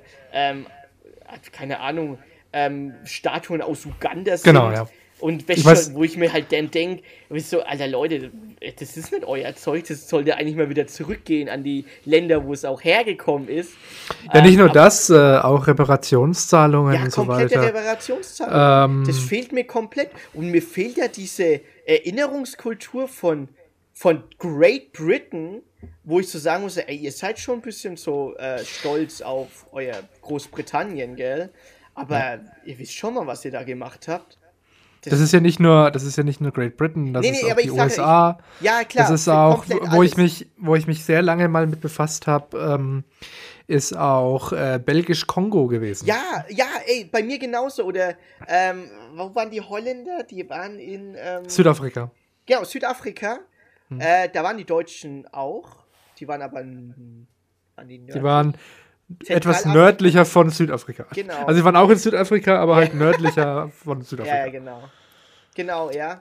keine Ahnung, Statuen aus Uganda sind. Genau, ja. Und wo ich mir halt dann denke, so, Alter Leute, das ist nicht euer Zeug, das sollte eigentlich mal wieder zurückgehen an die Länder, wo es auch hergekommen ist. Ja, nicht nur das, auch Reparationszahlungen und so weiter. Ja, komplette Reparationszahlungen. Das fehlt mir komplett. Und mir fehlt ja diese Erinnerungskultur von Great Britain, wo ich so sagen muss, ey, ihr seid schon ein bisschen so stolz auf euer Großbritannien, gell? Aber ihr wisst schon mal, was ihr da gemacht habt. Das ist ja nicht nur Great Britain, das ist auch die USA. Ja, klar. Das ist auch, wo ich mich sehr lange mal mit befasst habe, ist auch Belgisch-Kongo gewesen. Ja, ey, bei mir genauso. Oder, wo waren die Holländer? Die waren in Südafrika. Genau, Südafrika. Da waren die Deutschen auch. Die waren aber die waren etwas nördlicher von Südafrika. Genau. Also sie waren auch in Südafrika, aber halt nördlicher von Südafrika. Ja, genau. Genau, ja.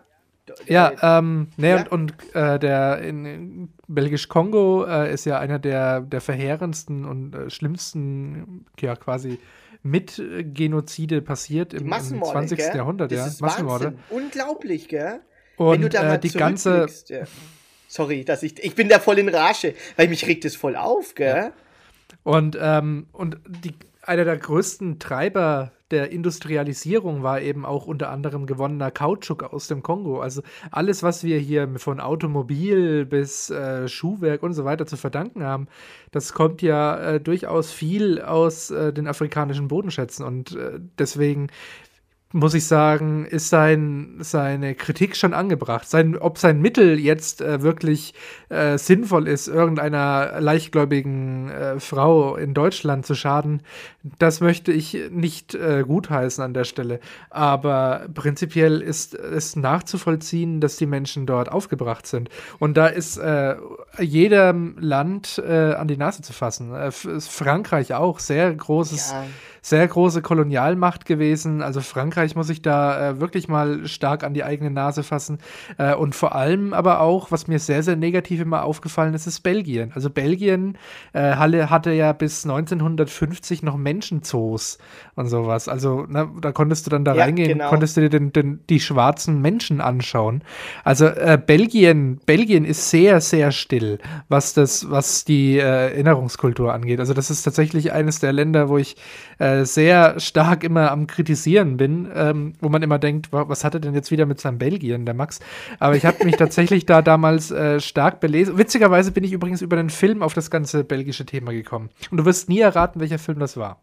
Und der in Belgisch-Kongo ist ja einer der verheerendsten und schlimmsten, ja quasi Genozide passiert im 20. gell? Jahrhundert. Das ja, ist Massenmorde. Wahnsinn. Unglaublich, gell? Und wenn du da mal die ganze... Ja. Sorry, ich bin da voll in Rage, weil mich regt es voll auf, gell? Ja. Und einer der größten Treiber der Industrialisierung war eben auch unter anderem gewonnener Kautschuk aus dem Kongo. Also alles, was wir hier von Automobil bis Schuhwerk und so weiter zu verdanken haben, das kommt ja durchaus viel aus den afrikanischen Bodenschätzen. Und deswegen muss ich sagen, ist seine Kritik schon angebracht. Ob sein Mittel jetzt wirklich sinnvoll ist, irgendeiner leichtgläubigen Frau in Deutschland zu schaden, das möchte ich nicht gutheißen an der Stelle. Aber prinzipiell ist es nachzuvollziehen, dass die Menschen dort aufgebracht sind. Und da ist jedem Land an die Nase zu fassen. Frankreich auch, sehr große Kolonialmacht gewesen. Also Frankreich muss sich da wirklich mal stark an die eigene Nase fassen. Und vor allem aber auch, was mir sehr, sehr negativ immer aufgefallen ist, ist Belgien. Also Belgien hatte ja bis 1950 noch Menschenzoos und sowas. Also da konntest du dann reingehen, genau. Konntest du dir die schwarzen Menschen anschauen. Also Belgien ist sehr, sehr still, was die Erinnerungskultur angeht. Also das ist tatsächlich eines der Länder, wo ich sehr stark immer am Kritisieren bin, wo man immer denkt, was hat er denn jetzt wieder mit seinem Belgien, der Max? Aber ich habe mich tatsächlich da damals stark belesen. Witzigerweise bin ich übrigens über den Film auf das ganze belgische Thema gekommen. Und du wirst nie erraten, welcher Film das war.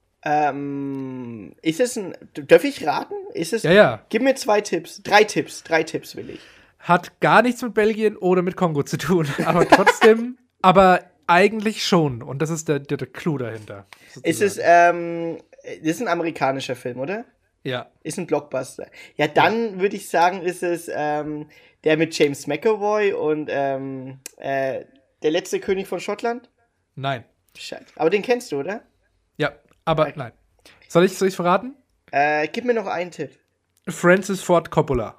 Ist es darf ich raten? Ist es? Ja. Gib mir 2 Tipps. 3 Tipps will ich. Hat gar nichts mit Belgien oder mit Kongo zu tun, aber trotzdem, eigentlich schon. Und das ist der Clou dahinter. Ist es, das ist ein amerikanischer Film, oder? Ja. Ist ein Blockbuster. Ja, dann würde ich sagen, ist es der mit James McAvoy und der letzte König von Schottland? Nein. Scheiße. Aber den kennst du, oder? Ja, aber okay. Nein. Soll ich verraten? Gib mir noch einen Tipp. Francis Ford Coppola.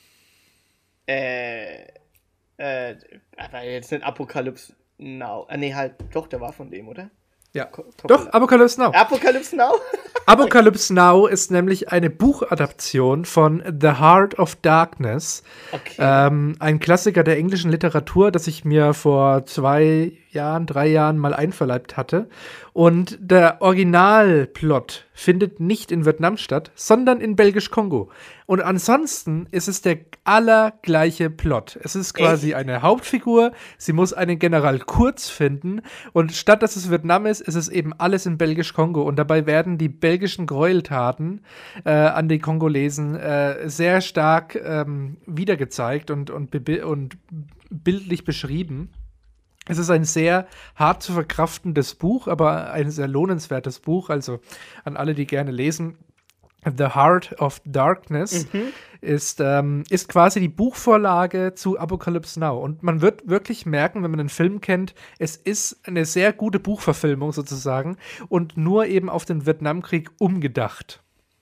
Aber jetzt nicht Apocalypse Now. Doch, der war von dem, oder? Ja. Doch, Apocalypse Now. Apocalypse Now? Apocalypse Now ist nämlich eine Buchadaption von The Heart of Darkness. Okay. Ein Klassiker der englischen Literatur, das ich mir vor 2 Jahren, 3 Jahren mal einverleibt hatte. Und der Originalplot findet nicht in Vietnam statt, sondern in Belgisch-Kongo. Und ansonsten ist es der allergleiche Plot. Es ist quasi Echt? eine Hauptfigur, sie muss einen General Kurz finden und statt dass es Vietnam ist, ist es eben alles in Belgisch-Kongo. Und dabei werden die belgischen Gräueltaten an die Kongolesen sehr stark wiedergezeigt und bildlich beschrieben. Es ist ein sehr hart zu verkraftendes Buch, aber ein sehr lohnenswertes Buch. Also an alle, die gerne lesen. The Heart of Darkness ist quasi die Buchvorlage zu Apocalypse Now. Und man wird wirklich merken, wenn man den Film kennt, es ist eine sehr gute Buchverfilmung sozusagen und nur eben auf den Vietnamkrieg umgedacht.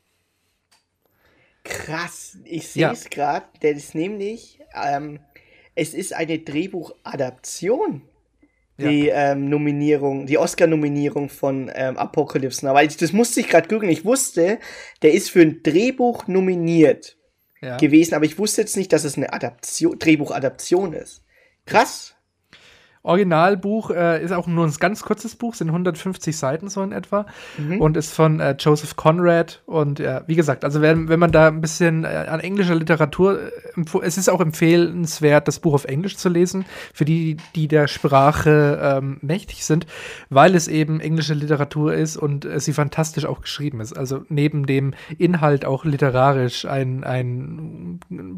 Krass, ich sehe es gerade. Der ist nämlich, es ist eine Drehbuchadaption. Die Nominierung, die Oscar-Nominierung von Apocalypse Now. Weil das musste ich gerade googeln. Ich wusste, der ist für ein Drehbuch nominiert gewesen, aber ich wusste jetzt nicht, dass es eine Drehbuchadaption ist. Krass. Originalbuch ist auch nur ein ganz kurzes Buch, sind 150 Seiten so in etwa und ist von Joseph Conrad und wie gesagt, also wenn man da ein bisschen an englischer Literatur, es ist auch empfehlenswert, das Buch auf Englisch zu lesen, für die der Sprache mächtig sind, weil es eben englische Literatur ist und sie fantastisch auch geschrieben ist. Also neben dem Inhalt auch literarisch ein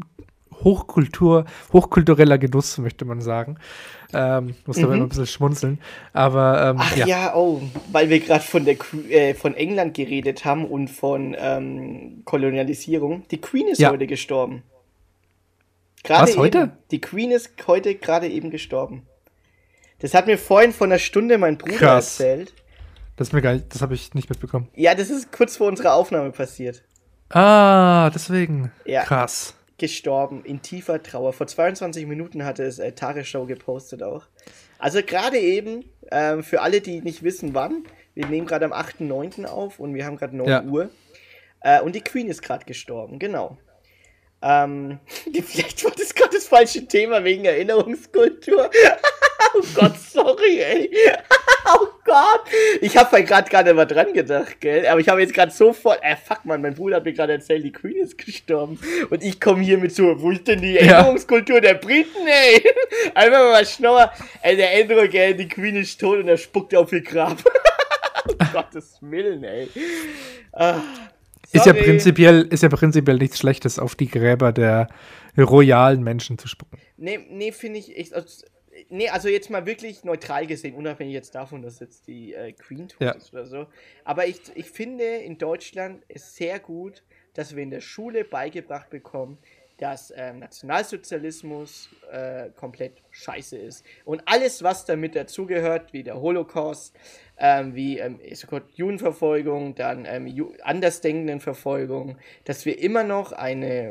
hochkultureller Genuss, möchte man sagen. Muss dabei immer ein bisschen schmunzeln. Aber weil wir gerade von England geredet haben und von Kolonialisierung. Die Queen ist heute gestorben. Was, heute? Die Queen ist heute gerade eben gestorben. Das hat mir vorhin vor einer Stunde mein Bruder erzählt. Das habe ich nicht mitbekommen. Ja, das ist kurz vor unserer Aufnahme passiert. Ah, deswegen. Ja. Krass. Gestorben, in tiefer Trauer. Vor 22 Minuten hatte es Tagesschau gepostet auch. Also gerade eben, für alle, die nicht wissen wann, wir nehmen gerade am 8.9. auf und wir haben gerade 9 Uhr. Und die Queen ist gerade gestorben, genau. Vielleicht war das gerade das falsche Thema wegen Erinnerungskultur. Oh Gott, sorry, ey. Oh Gott. Ich habe halt gerade gar nicht mal dran gedacht, gell? Aber ich habe jetzt gerade sofort, fuck man, mein Bruder hat mir gerade erzählt, die Queen ist gestorben. Und ich komme hier mit so, wo ist denn die Erinnerungskultur der Briten, ey? Einfach mal schnauer. Ey, der Andrew, gell, die Queen ist tot und er spuckt auf ihr Grab. Um Gottes Willen, ey. Ist ja prinzipiell nichts Schlechtes, auf die Gräber der royalen Menschen zu spucken. Nee, finde ich. Also jetzt mal wirklich neutral gesehen, unabhängig jetzt davon, dass jetzt die Queen tot ist oder so. Aber ich finde, in Deutschland ist sehr gut, dass wir in der Schule beigebracht bekommen, dass Nationalsozialismus komplett scheiße ist. Und alles, was damit dazugehört, wie der Holocaust, wie Judenverfolgung, dann Andersdenkendenverfolgung, dass wir immer noch eine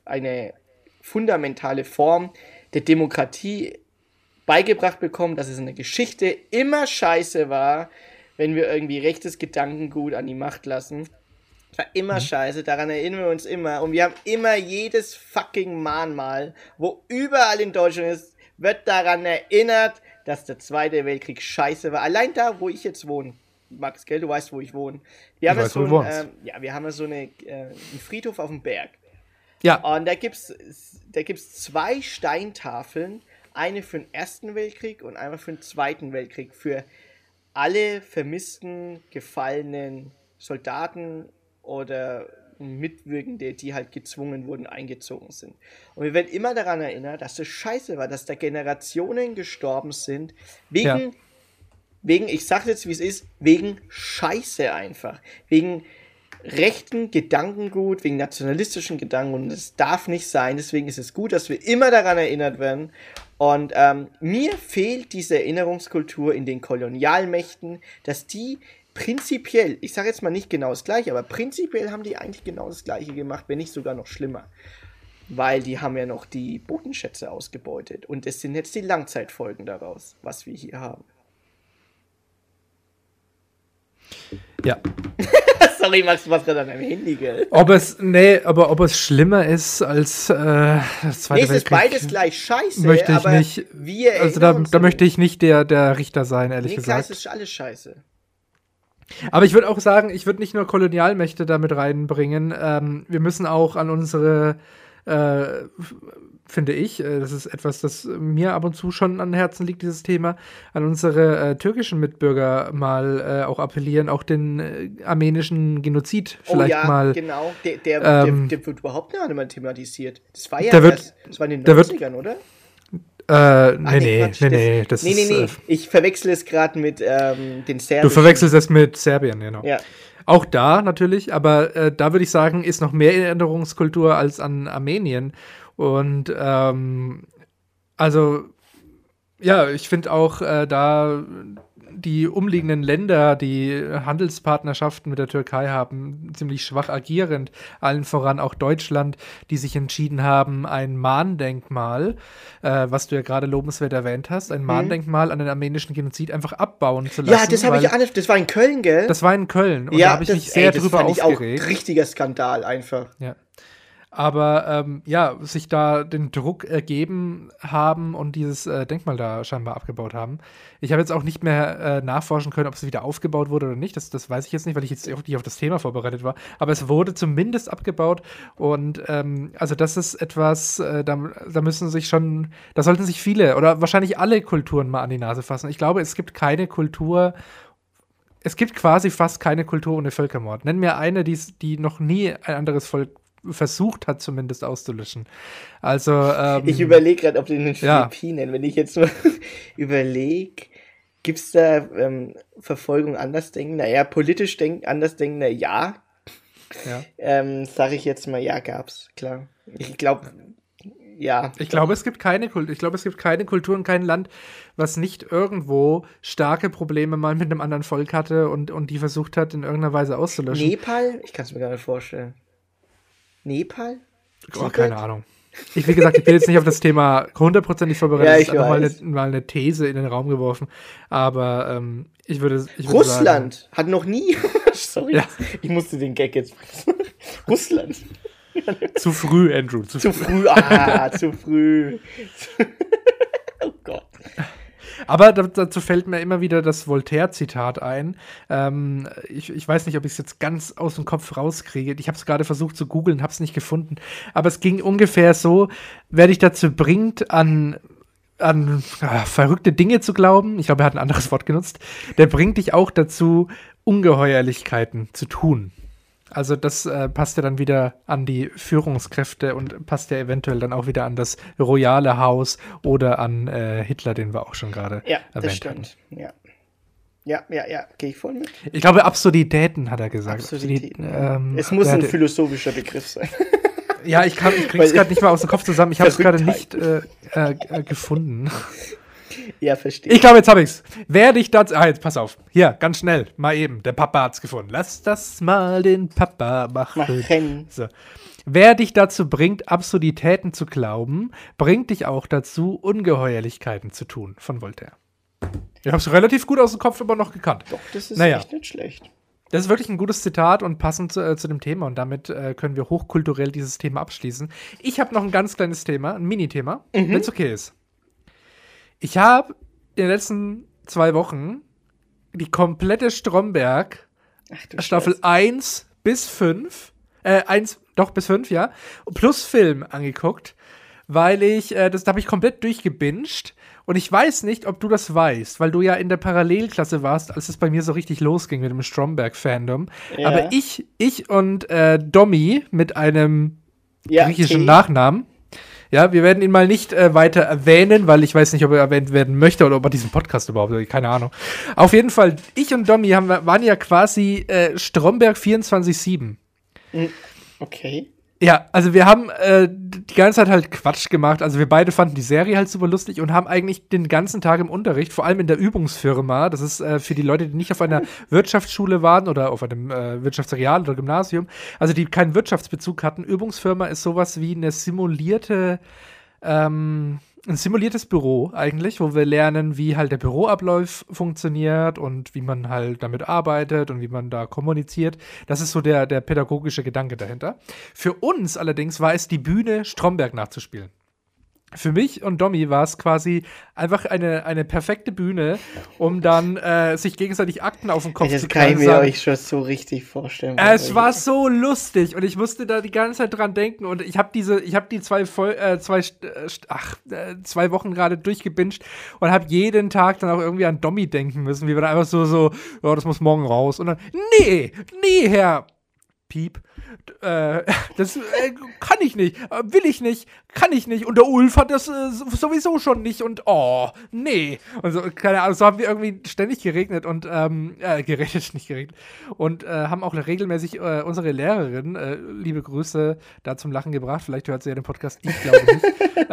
fundamentale Form der Demokratie beigebracht bekommen, dass es in der Geschichte immer scheiße war, wenn wir irgendwie rechtes Gedankengut an die Macht lassen. Es war immer scheiße, daran erinnern wir uns immer. Und wir haben immer jedes fucking Mahnmal, wo überall in Deutschland ist, wird daran erinnert, dass der Zweite Weltkrieg scheiße war. Allein da, wo ich jetzt wohne. Max, gell, du weißt, wo ich wohne. Wir haben so einen Friedhof auf dem Berg. Ja. Und da gibt's 2 Steintafeln, eine für den Ersten Weltkrieg und eine für den Zweiten Weltkrieg, für alle vermissten, gefallenen Soldaten oder Mitwirkende, die halt gezwungen wurden, eingezogen sind. Und wir werden immer daran erinnert, dass das scheiße war, dass da Generationen gestorben sind, wegen, ich sag jetzt, wie es ist, wegen Scheiße einfach. Wegen rechten Gedankengut, wegen nationalistischen Gedanken, und das darf nicht sein. Deswegen ist es gut, dass wir immer daran erinnert werden. Und mir fehlt diese Erinnerungskultur in den Kolonialmächten, dass die prinzipiell, ich sage jetzt mal nicht genau das Gleiche, aber prinzipiell haben die eigentlich genau das Gleiche gemacht, wenn nicht sogar noch schlimmer. Weil die haben ja noch die Bodenschätze ausgebeutet. Und es sind jetzt die Langzeitfolgen daraus, was wir hier haben. Ja. Sorry, Max, du warst gerade an deinem Handy, gell? ob es schlimmer ist als das Zweite Nee, es ist Weltkrieg, beides gleich scheiße, möchte ich aber nicht. wir Also erinnern uns da an- möchte ich nicht der Richter sein, ehrlich Nee, klar, gesagt. es ist alles scheiße. Aber ich würde auch sagen, ich würde nicht nur Kolonialmächte damit reinbringen. Wir müssen auch an unsere, finde ich, das ist etwas, das mir ab und zu schon an Herzen liegt, dieses Thema, an unsere türkischen Mitbürger mal auch appellieren, auch den armenischen Genozid vielleicht mal. Genau. Der wird überhaupt nicht mehr thematisiert. Das war ja das war in den 90ern, oder? Nee. Das Nee. ist, Ich verwechsel es gerade mit den Serbischen. du verwechselst es mit Serbien, genau. Ja. Auch da natürlich, aber da würde ich sagen, ist noch mehr Erinnerungskultur als an Armenien. Und also, ja, ich finde auch da die umliegenden Länder, die Handelspartnerschaften mit der Türkei haben, ziemlich schwach agierend. Allen voran auch Deutschland, die sich entschieden haben, ein Mahndenkmal, was du ja gerade lobenswert erwähnt hast, ein Mahndenkmal an den armenischen Genozid einfach abbauen zu lassen. Ja, das habe ich alles. Das war in Köln, gell? Das war in Köln und ja, da habe ich mich sehr drüber fand aufgeregt. Ich auch richtiger Skandal einfach. Ja. Aber ja, sich da den Druck ergeben haben und dieses Denkmal da scheinbar abgebaut haben. Ich habe jetzt auch nicht mehr nachforschen können, ob es wieder aufgebaut wurde oder nicht. Das weiß ich jetzt nicht, weil ich jetzt auch nicht auf das Thema vorbereitet war. Aber es wurde zumindest abgebaut. Und also das ist etwas, da müssen sich schon, da sollten sich viele oder wahrscheinlich alle Kulturen mal an die Nase fassen. Ich glaube, es gibt keine Kultur, es gibt quasi fast keine Kultur ohne Völkermord. Nenn mir eine, die noch nie ein anderes Volk versucht hat, zumindest auszulöschen. Also, ich überlege gerade, ob die in den ja. Philippinen, wenn ich jetzt mal überlege, gibt es da Verfolgung Andersdenkender? Ja, politisch Andersdenkender, ja. Sage ich jetzt mal, ja, gab's, klar. Ich glaube, ja. Ich glaube, es gibt keine Kultur und kein Land, was nicht irgendwo starke Probleme mal mit einem anderen Volk hatte und die versucht hat, in irgendeiner Weise auszulöschen. Nepal? Ich kann es mir gar nicht vorstellen. Nepal? Oh, keine Ahnung. Wie gesagt, ich bin jetzt nicht auf das Thema 100% vorbereitet. Ja, ich habe einfach mal eine These in den Raum geworfen. Aber ich würde Russland sagen, hat noch nie. Sorry, ja. Ich musste den Gag jetzt. Russland. Zu früh, Andrew. Zu früh. Zu früh. Oh Gott. Aber dazu fällt mir immer wieder das Voltaire-Zitat ein. Ich weiß nicht, ob ich es jetzt ganz aus dem Kopf rauskriege. Ich habe es gerade versucht zu googeln, habe es nicht gefunden. Aber es ging ungefähr so, wer dich dazu bringt, an verrückte Dinge zu glauben, ich glaube, er hat ein anderes Wort genutzt, der bringt dich auch dazu, Ungeheuerlichkeiten zu tun. Also das passt ja dann wieder an die Führungskräfte und passt ja eventuell dann auch wieder an das royale Haus oder an Hitler, den wir auch schon gerade erwähnt haben. Ja, gehe ich voll mit. Ich glaube, Absurditäten hat er gesagt. Absurditäten. Es muss ein philosophischer Begriff sein. Ja, ich krieg's gerade nicht mal aus dem Kopf zusammen. Ich habe es gerade nicht gefunden. Ja, verstehe. Ich glaube, jetzt habe ich's. Wer dich dazu. Jetzt pass auf. Hier, ganz schnell. Mal eben. Der Papa hat's gefunden. Lass das mal den Papa machen. So. Wer dich dazu bringt, Absurditäten zu glauben, bringt dich auch dazu, Ungeheuerlichkeiten zu tun. Von Voltaire. Ich habe es relativ gut aus dem Kopf aber noch gekannt. Doch, das ist echt nicht schlecht. Das ist wirklich ein gutes Zitat und passend zu dem Thema. Und damit können wir hochkulturell dieses Thema abschließen. Ich habe noch ein ganz kleines Thema, ein Mini-Thema, wenn es okay ist. Ich habe in den letzten 2 Wochen die komplette Stromberg Staffel 1 bis 5, bis 5, ja, plus Film angeguckt, weil da habe ich komplett durchgebinged und ich weiß nicht, ob du das weißt, weil du ja in der Parallelklasse warst, als es bei mir so richtig losging mit dem Stromberg-Fandom. Ja. Aber ich und Domi mit einem griechischen Nachnamen, ja, wir werden ihn mal nicht weiter erwähnen, weil ich weiß nicht, ob er erwähnt werden möchte oder ob er diesen Podcast überhaupt, keine Ahnung. Auf jeden Fall, ich und Domi waren ja quasi Stromberg 24/7. Okay. Ja, also wir haben die ganze Zeit halt Quatsch gemacht. Also wir beide fanden die Serie halt super lustig und haben eigentlich den ganzen Tag im Unterricht, vor allem in der Übungsfirma, das ist für die Leute, die nicht auf einer Wirtschaftsschule waren oder auf einem Wirtschaftsreal oder Gymnasium, also die keinen Wirtschaftsbezug hatten. Übungsfirma ist sowas wie eine simulierte ein simuliertes Büro eigentlich, wo wir lernen, wie halt der Büroablauf funktioniert und wie man halt damit arbeitet und wie man da kommuniziert. Das ist so der pädagogische Gedanke dahinter. Für uns allerdings war es die Bühne, Stromberg nachzuspielen. Für mich und Domi war es quasi einfach eine perfekte Bühne, um dann sich gegenseitig Akten auf den Kopf Das zu kann ich knallen. mir euch schon so richtig vorstellen. Es war so lustig und ich musste da die ganze Zeit dran denken und ich habe die 2 Wochen gerade durchgebinged und habe jeden Tag dann auch irgendwie an Domi denken müssen, wie wir da einfach ja, das muss morgen raus und dann, nee, Herr Piep, das kann ich nicht, will ich nicht, kann ich nicht und der Ulf hat das sowieso schon nicht und nee. Und so, keine Ahnung, so haben wir irgendwie ständig geredet und nicht geregnet und haben auch regelmäßig unsere Lehrerin, liebe Grüße, da zum Lachen gebracht, vielleicht hört sie ja den Podcast, ich glaube nicht.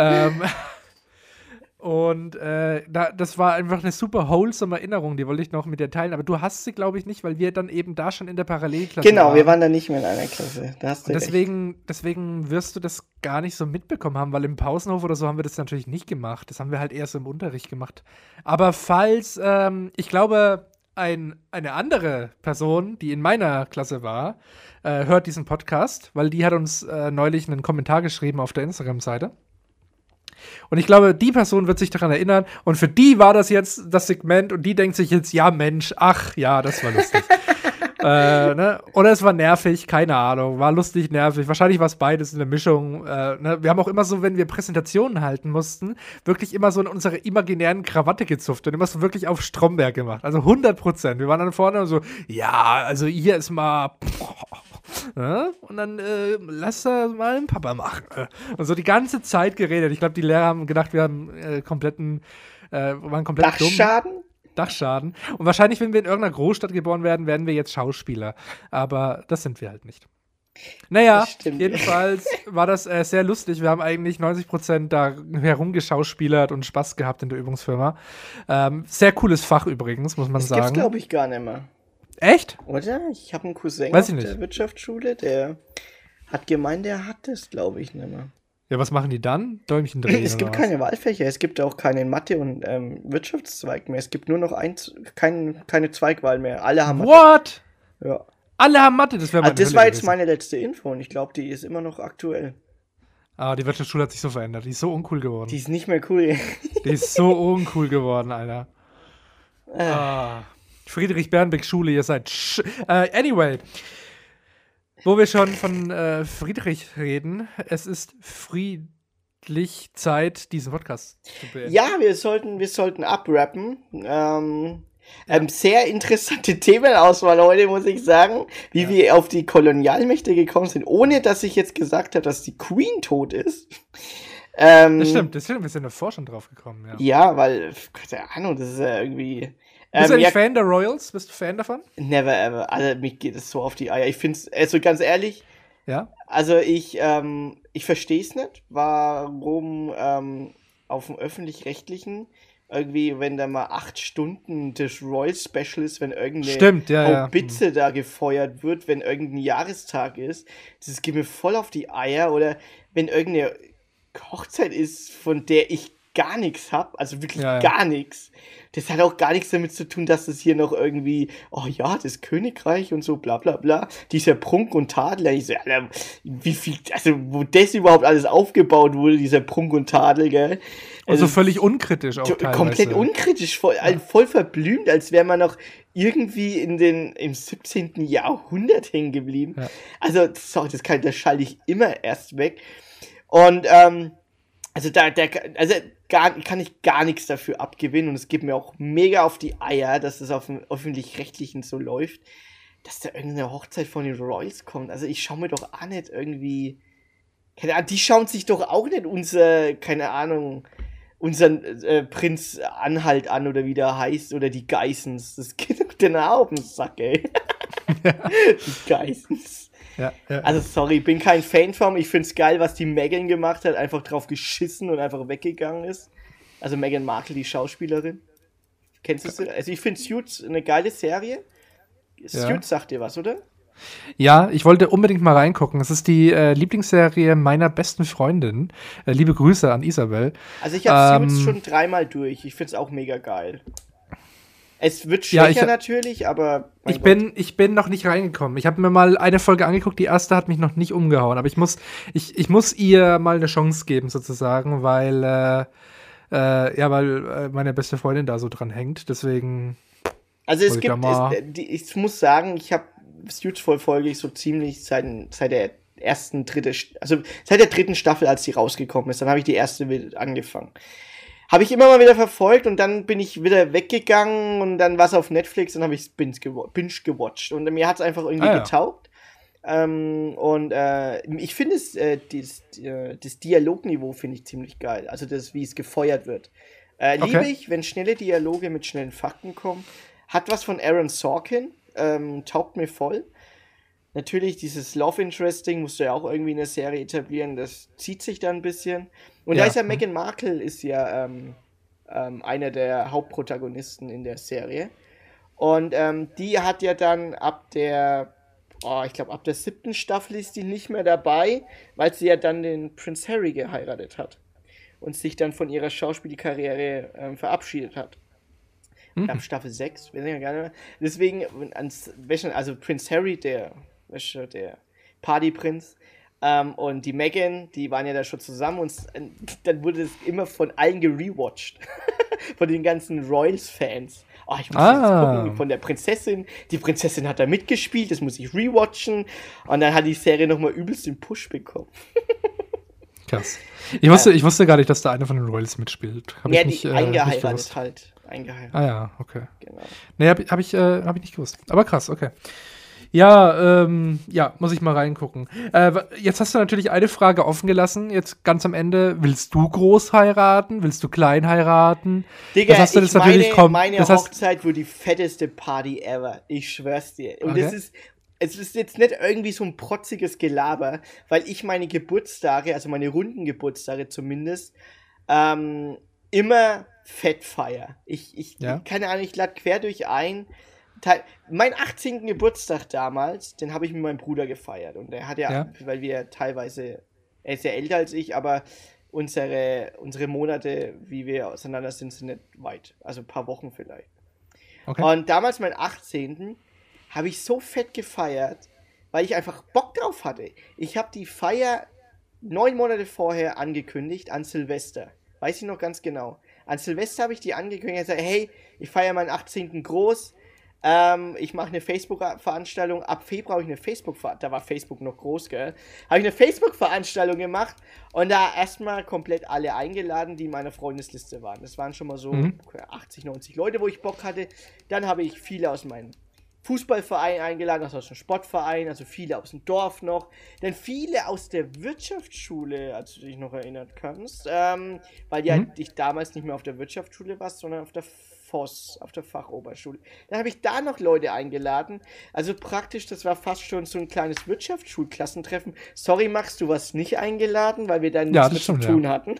Und das war einfach eine super wholesome Erinnerung, die wollte ich noch mit dir teilen. Aber du hast sie, glaube ich, nicht, weil wir dann eben da schon in der Parallelklasse waren. Genau, wir waren da nicht mehr in einer Klasse. Da hast du deswegen wirst du das gar nicht so mitbekommen haben, weil im Pausenhof oder so haben wir das natürlich nicht gemacht. Das haben wir halt erst im Unterricht gemacht. Aber falls, ich glaube, eine andere Person, die in meiner Klasse war, hört diesen Podcast, weil die hat uns neulich einen Kommentar geschrieben auf der Instagram-Seite. Und ich glaube, die Person wird sich daran erinnern und für die war das jetzt das Segment und die denkt sich jetzt, ja Mensch, ach ja, das war lustig. Ne? Oder es war nervig, keine Ahnung, war lustig, nervig. Wahrscheinlich war es beides in der Mischung. Ne? Wir haben auch immer so, wenn wir Präsentationen halten mussten, wirklich immer so in unsere imaginären Krawatte gezupft und immer so wirklich auf Stromberg gemacht. Also 100%. Wir waren dann vorne und so, ja, also hier ist mal ja? Und dann lass das mal den Papa machen. Und so die ganze Zeit geredet. Ich glaube, die Lehrer haben gedacht, wir haben waren komplett Dachschaden? dumm. Dachschaden. Und wahrscheinlich, wenn wir in irgendeiner Großstadt geboren werden, werden wir jetzt Schauspieler. Aber das sind wir halt nicht. Naja, jedenfalls war das sehr lustig. Wir haben eigentlich 90% da herumgeschauspielert und Spaß gehabt in der Übungsfirma. Sehr cooles Fach übrigens, muss man sagen. Das gibt's, glaube ich, gar nicht mehr. Echt? Oder? Ich habe einen Cousin Weiß ich auf nicht. der Wirtschaftsschule, der hat gemeint, der hat das, glaube ich, nicht mehr. Ja, was machen die dann? Däumchen drehen? Es gibt keine Wahlfächer, es gibt auch keine Mathe- und Wirtschaftszweig mehr. Es gibt nur noch keine Zweigwahl mehr. Alle haben Mathe. What? Ja. Alle haben Mathe, das wäre Das war jetzt meine letzte Info und ich glaube, die ist immer noch aktuell. Die Wirtschaftsschule hat sich so verändert. Die ist so uncool geworden. Die ist nicht mehr cool. Die ist so uncool geworden, Alter. Friedrich-Bernbeck-Schule, ihr seid anyway. Wo wir schon von Friedrich reden, es ist friedlich Zeit, diesen Podcast zu beenden. Ja, wir sollten abrappen. Sehr interessante Themenauswahl heute, muss ich sagen. Wie wir auf die Kolonialmächte gekommen sind, ohne dass ich jetzt gesagt habe, dass die Queen tot ist. Das stimmt, wir sind davor schon drauf gekommen, ja. Ja, weil, keine Ahnung, das ist ja irgendwie... Bist du eigentlich Fan der Royals? Bist du Fan davon? Never ever. Also, mich geht es so auf die Eier. Ich finde es, also ganz ehrlich, ja? Also ich verstehe es nicht, warum auf dem Öffentlich-Rechtlichen irgendwie, wenn da mal 8 Stunden das Royal Special ist, wenn irgendeine Haubitze da gefeuert wird, wenn irgendein Jahrestag ist, das geht mir voll auf die Eier. Oder wenn irgendeine Hochzeit ist, von der ich gar nichts habe, also wirklich gar nichts. Das hat auch gar nichts damit zu tun, dass es hier noch irgendwie, oh ja, das Königreich und so, bla bla bla, dieser Prunk und Tadel. Ich so, Alter, wie viel, also wo das überhaupt alles aufgebaut wurde, dieser Prunk und Tadel, gell. Also völlig unkritisch auch teilweise. Komplett unkritisch, voll verblümt, als wäre man noch irgendwie im 17. Jahrhundert hängen geblieben. Ja. Also, das schalte ich immer erst weg. Und, kann ich gar nichts dafür abgewinnen und es geht mir auch mega auf die Eier, dass es auf dem Öffentlich-Rechtlichen so läuft, dass da irgendeine Hochzeit von den Royals kommt. Also ich schaue mir doch auch nicht irgendwie, keine Ahnung, die schauen sich doch auch nicht unseren Prinz Anhalt an oder wie der heißt oder die Geissens. Das geht doch den auf den Sack, ey. Die Geissens. Ja. Also sorry, bin kein Fan von. Ich find's geil, was die Meghan gemacht hat, einfach drauf geschissen und einfach weggegangen ist. Also Meghan Markle, die Schauspielerin. Kennst du sie? Also ich finde Suits eine geile Serie. Suits sagt dir was, oder? Ja, ich wollte unbedingt mal reingucken. Es ist die Lieblingsserie meiner besten Freundin. Liebe Grüße an Isabel. Also ich habe Suits schon 3-mal durch. Ich finde es auch mega geil. Es wird schwächer natürlich, aber ich bin noch nicht reingekommen. Ich habe mir mal eine Folge angeguckt, die erste hat mich noch nicht umgehauen. Aber ich muss ihr mal eine Chance geben, sozusagen, weil meine beste Freundin da so dran hängt. Deswegen. Also ich muss sagen, ich habe Suits verfolge ich so ziemlich seit der dritten Staffel, als die rausgekommen ist. Dann habe ich die erste wieder angefangen. Habe ich immer mal wieder verfolgt und dann bin ich wieder weggegangen und dann war es auf Netflix und habe ich es binge gewatcht. Und mir hat es einfach irgendwie getaugt. Ich finde das Dialogniveau finde ich ziemlich geil. Also das, wie es gefeuert wird. Liebe ich, wenn schnelle Dialoge mit schnellen Fakten kommen. Hat was von Aaron Sorkin. Taugt mir voll. Natürlich, dieses Love Interesting musst du ja auch irgendwie in der Serie etablieren. Das zieht sich da ein bisschen. Und da ist ja Meghan Markle ist ja einer der Hauptprotagonisten in der Serie. Und die hat ja dann ab der 7. Staffel ist die nicht mehr dabei, weil sie ja dann den Prince Harry geheiratet hat. Und sich dann von ihrer Schauspielkarriere verabschiedet hat. Ab Staffel 6, weiß ich ja gar nicht mehr. Deswegen, also Prince Harry, der Partyprinz, und die Meghan, die waren ja da schon zusammen und dann wurde es immer von allen gerewatcht. Von den ganzen Royals-Fans. Oh, ich muss jetzt gucken, von der Prinzessin. Die Prinzessin hat da mitgespielt, das muss ich rewatchen. Und dann hat die Serie nochmal übelst den Push bekommen. Krass. Ich wusste gar nicht, dass da einer von den Royals mitspielt. Eingeheiratet halt. Ah ja, okay. Genau. Nee, hab ich nicht gewusst. Aber krass, okay. Ja, muss ich mal reingucken. Jetzt hast du natürlich eine Frage offen gelassen, jetzt ganz am Ende. Willst du groß heiraten? Willst du klein heiraten? Digga, meine Hochzeit wird die fetteste Party ever. Ich schwör's dir. Und es ist jetzt nicht irgendwie so ein protziges Gelaber, weil ich meine Geburtstage, also meine runden Geburtstage zumindest, immer fett feier. Keine Ahnung, ich lade quer durch ein. Mein 18. Geburtstag damals, den habe ich mit meinem Bruder gefeiert. Und er hat weil wir teilweise, er ist ja älter als ich, aber unsere Monate, wie wir auseinander sind nicht weit. Also ein paar Wochen vielleicht. Okay. Und damals, meinen 18. habe ich so fett gefeiert, weil ich einfach Bock drauf hatte. Ich habe die Feier 9 Monate vorher angekündigt an Silvester. Weiß ich noch ganz genau. An Silvester habe ich die angekündigt und gesagt, hey, ich feiere meinen 18. groß. Ich mache eine Facebook-Veranstaltung. Ab Februar habe ich eine Facebook-Veranstaltung. Da war Facebook noch groß, gell? Habe ich eine Facebook-Veranstaltung gemacht und da erstmal komplett alle eingeladen, die in meiner Freundesliste waren. Das waren schon mal so 80, 90 Leute, wo ich Bock hatte. Dann habe ich viele aus meinem Fußballverein eingeladen, also aus dem Sportverein, also viele aus dem Dorf noch. Dann viele aus der Wirtschaftsschule, als du dich noch erinnern kannst. Weil ich damals nicht mehr auf der Wirtschaftsschule warst, sondern auf der FOS, auf der Fachoberschule. Dann habe ich da noch Leute eingeladen. Also praktisch, das war fast schon so ein kleines Wirtschaftsschulklassentreffen. Sorry, Max, du warst nicht eingeladen, weil wir da nichts mit zu tun hatten.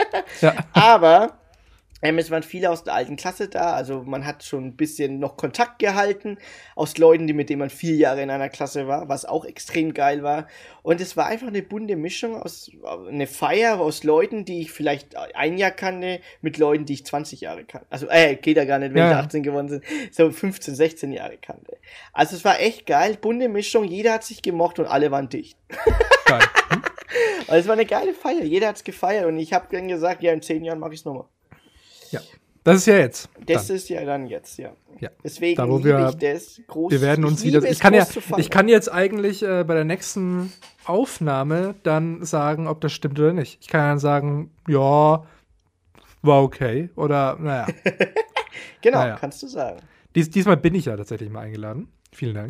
Aber es waren viele aus der alten Klasse da, also man hat schon ein bisschen noch Kontakt gehalten aus Leuten, mit denen man 4 Jahre in einer Klasse war, was auch extrem geil war. Und es war einfach eine bunte Mischung eine Feier aus Leuten, die ich vielleicht 1 Jahr kannte, mit Leuten, die ich 20 Jahre kannte. Also, geht ja gar nicht, wenn ich 18 geworden sind, so 15, 16 Jahre kannte. Also es war echt geil, bunte Mischung, jeder hat sich gemocht und alle waren dicht. Geil. Also es war eine geile Feier, jeder hat's gefeiert und ich habe dann gesagt, ja, in 10 Jahren mache ich es nochmal. Ja, das ist ja jetzt. Das ist ja dann jetzt, ja. Deswegen da, liebe ich das groß. Wir werden uns wieder. Ich kann jetzt eigentlich bei der nächsten Aufnahme dann sagen, ob das stimmt oder nicht. Ich kann dann sagen, ja, war okay oder naja. Genau, kannst du sagen. Diesmal bin ich ja tatsächlich mal eingeladen. Vielen Dank.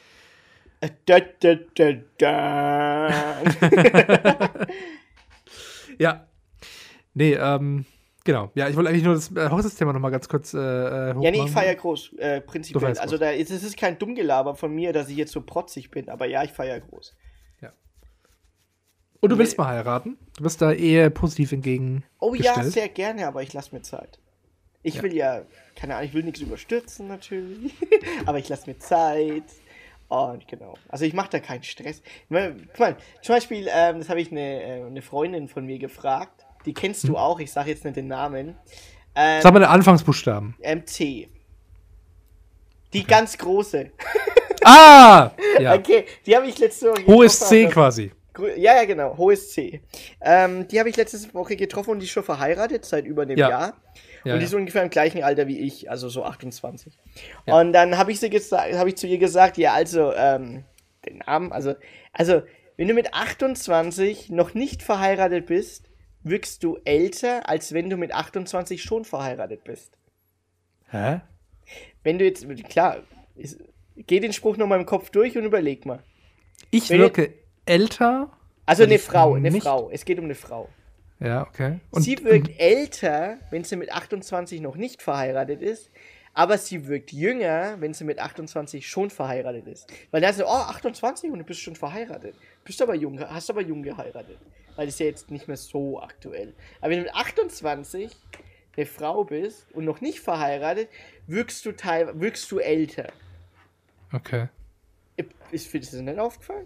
Ja. Nee, genau. Ja, ich wollte eigentlich nur das Hochzeitsthema noch mal ganz kurz hochmachen. Ja, nee, ich feiere groß, prinzipiell. Also es ist kein Dummgelaber von mir, dass ich jetzt so protzig bin, aber ja, ich feiere groß. Ja. Und du willst mal heiraten? Du bist da eher positiv entgegen. Oh ja, sehr gerne, aber ich lasse mir Zeit. Ich will keine Ahnung, ich will nichts überstürzen natürlich, aber ich lasse mir Zeit. Und genau. Also ich mache da keinen Stress. Guck mal, zum Beispiel, das habe ich eine Freundin von mir gefragt. Die kennst du auch, ich sage jetzt nicht den Namen. Sag mal den Anfangsbuchstaben. MC. Die ganz große. Ah! Ja. Okay, die habe ich letzte Woche Hohes C quasi. Ja, genau, hohes C. Die habe ich letzte Woche getroffen und die ist schon verheiratet, seit über einem Jahr. Ja, und die ist ungefähr im gleichen Alter wie ich, also so 28. Ja. Und dann habe ich zu ihr gesagt, ja, also, den Namen, also, wenn du mit 28 noch nicht verheiratet bist, wirkst du älter, als wenn du mit 28 schon verheiratet bist. Hä? Wenn du jetzt, klar, geh den Spruch nochmal im Kopf durch und überleg mal. Ich wirke älter. Also eine ich Frau, nicht- es geht um eine Frau. Ja, okay. Sie wirkt älter, wenn sie mit 28 noch nicht verheiratet ist, aber sie wirkt jünger, wenn sie mit 28 schon verheiratet ist. Weil da ist so, 28 und du bist schon verheiratet. Hast aber jung geheiratet. Weil das ist ja jetzt nicht mehr so aktuell. Aber wenn du mit 28 eine Frau bist und noch nicht verheiratet, wirkst du älter. Okay. Ist dir das nicht aufgefallen?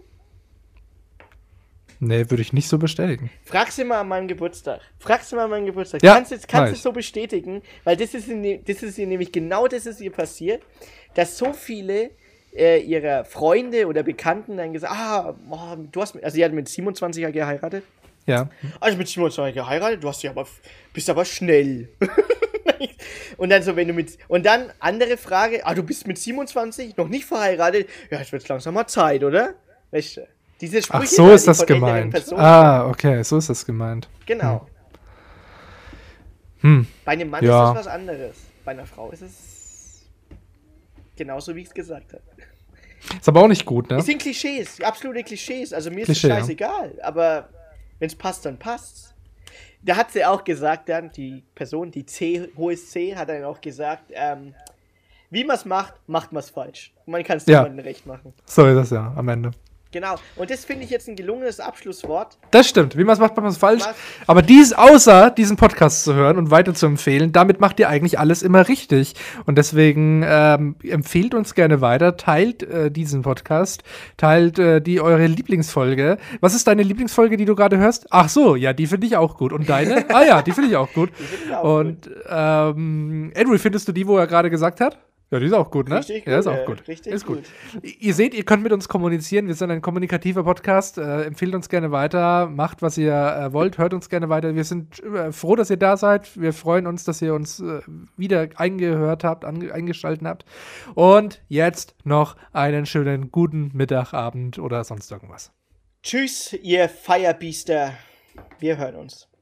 Nee, würde ich nicht so bestätigen. Frag sie mal an meinem Geburtstag. Ja, Kannst du mach es ich. so bestätigen? Weil das ist ihr nämlich genau das ist ihr passiert, dass so viele ihrer Freunde oder Bekannten dann gesagt, sie hat mit 27 ja geheiratet. Ja. Also mit 27 geheiratet, bist aber schnell. Und dann so, und dann andere Frage, du bist mit 27 noch nicht verheiratet, ja, jetzt wird's langsam mal Zeit, oder? Weißt du? Diese Sprüche Ach, so da, ist die das von älteren gemeint. Personen Ah, okay, so ist das gemeint. Genau. Hm. Bei einem Mann Ja. ist das was anderes. Bei einer Frau ist es genauso, wie ich es gesagt habe. Ist aber auch nicht gut, ne? Es sind Klischees, absolute Klischees. Also mir ist Klischee, es ja. scheißegal. Aber wenn es passt, dann passt's. Da hat sie auch gesagt, dann die Person, die hohes C, hat dann auch gesagt, wie man es macht man es falsch. Man kann es Ja. niemandem recht machen. So ist das ja am Ende. Genau. Und das finde ich jetzt ein gelungenes Abschlusswort. Das stimmt. Wie man es macht man es falsch. Was? Aber außer diesen Podcast zu hören und weiter zu empfehlen, damit macht ihr eigentlich alles immer richtig. Und deswegen empfehlt uns gerne weiter, teilt diesen Podcast, teilt eure Lieblingsfolge. Was ist deine Lieblingsfolge, die du gerade hörst? Ach so, ja, die finde ich auch gut. Und deine? Ah ja, die finde ich auch gut. Die finde ich auch Und Andrew, findest du die, wo er gerade gesagt hat? Ja, die ist auch gut, ne? Richtig Ja, ist gut, auch gut. richtig ist gut. gut. Ihr seht, ihr könnt mit uns kommunizieren. Wir sind ein kommunikativer Podcast. Empfehlt uns gerne weiter. Macht, was ihr wollt. Hört uns gerne weiter. Wir sind froh, dass ihr da seid. Wir freuen uns, dass ihr uns wieder eingeschaltet habt. Und jetzt noch einen schönen guten Mittag, Abend oder sonst irgendwas. Tschüss, ihr Firebeaster. Wir hören uns.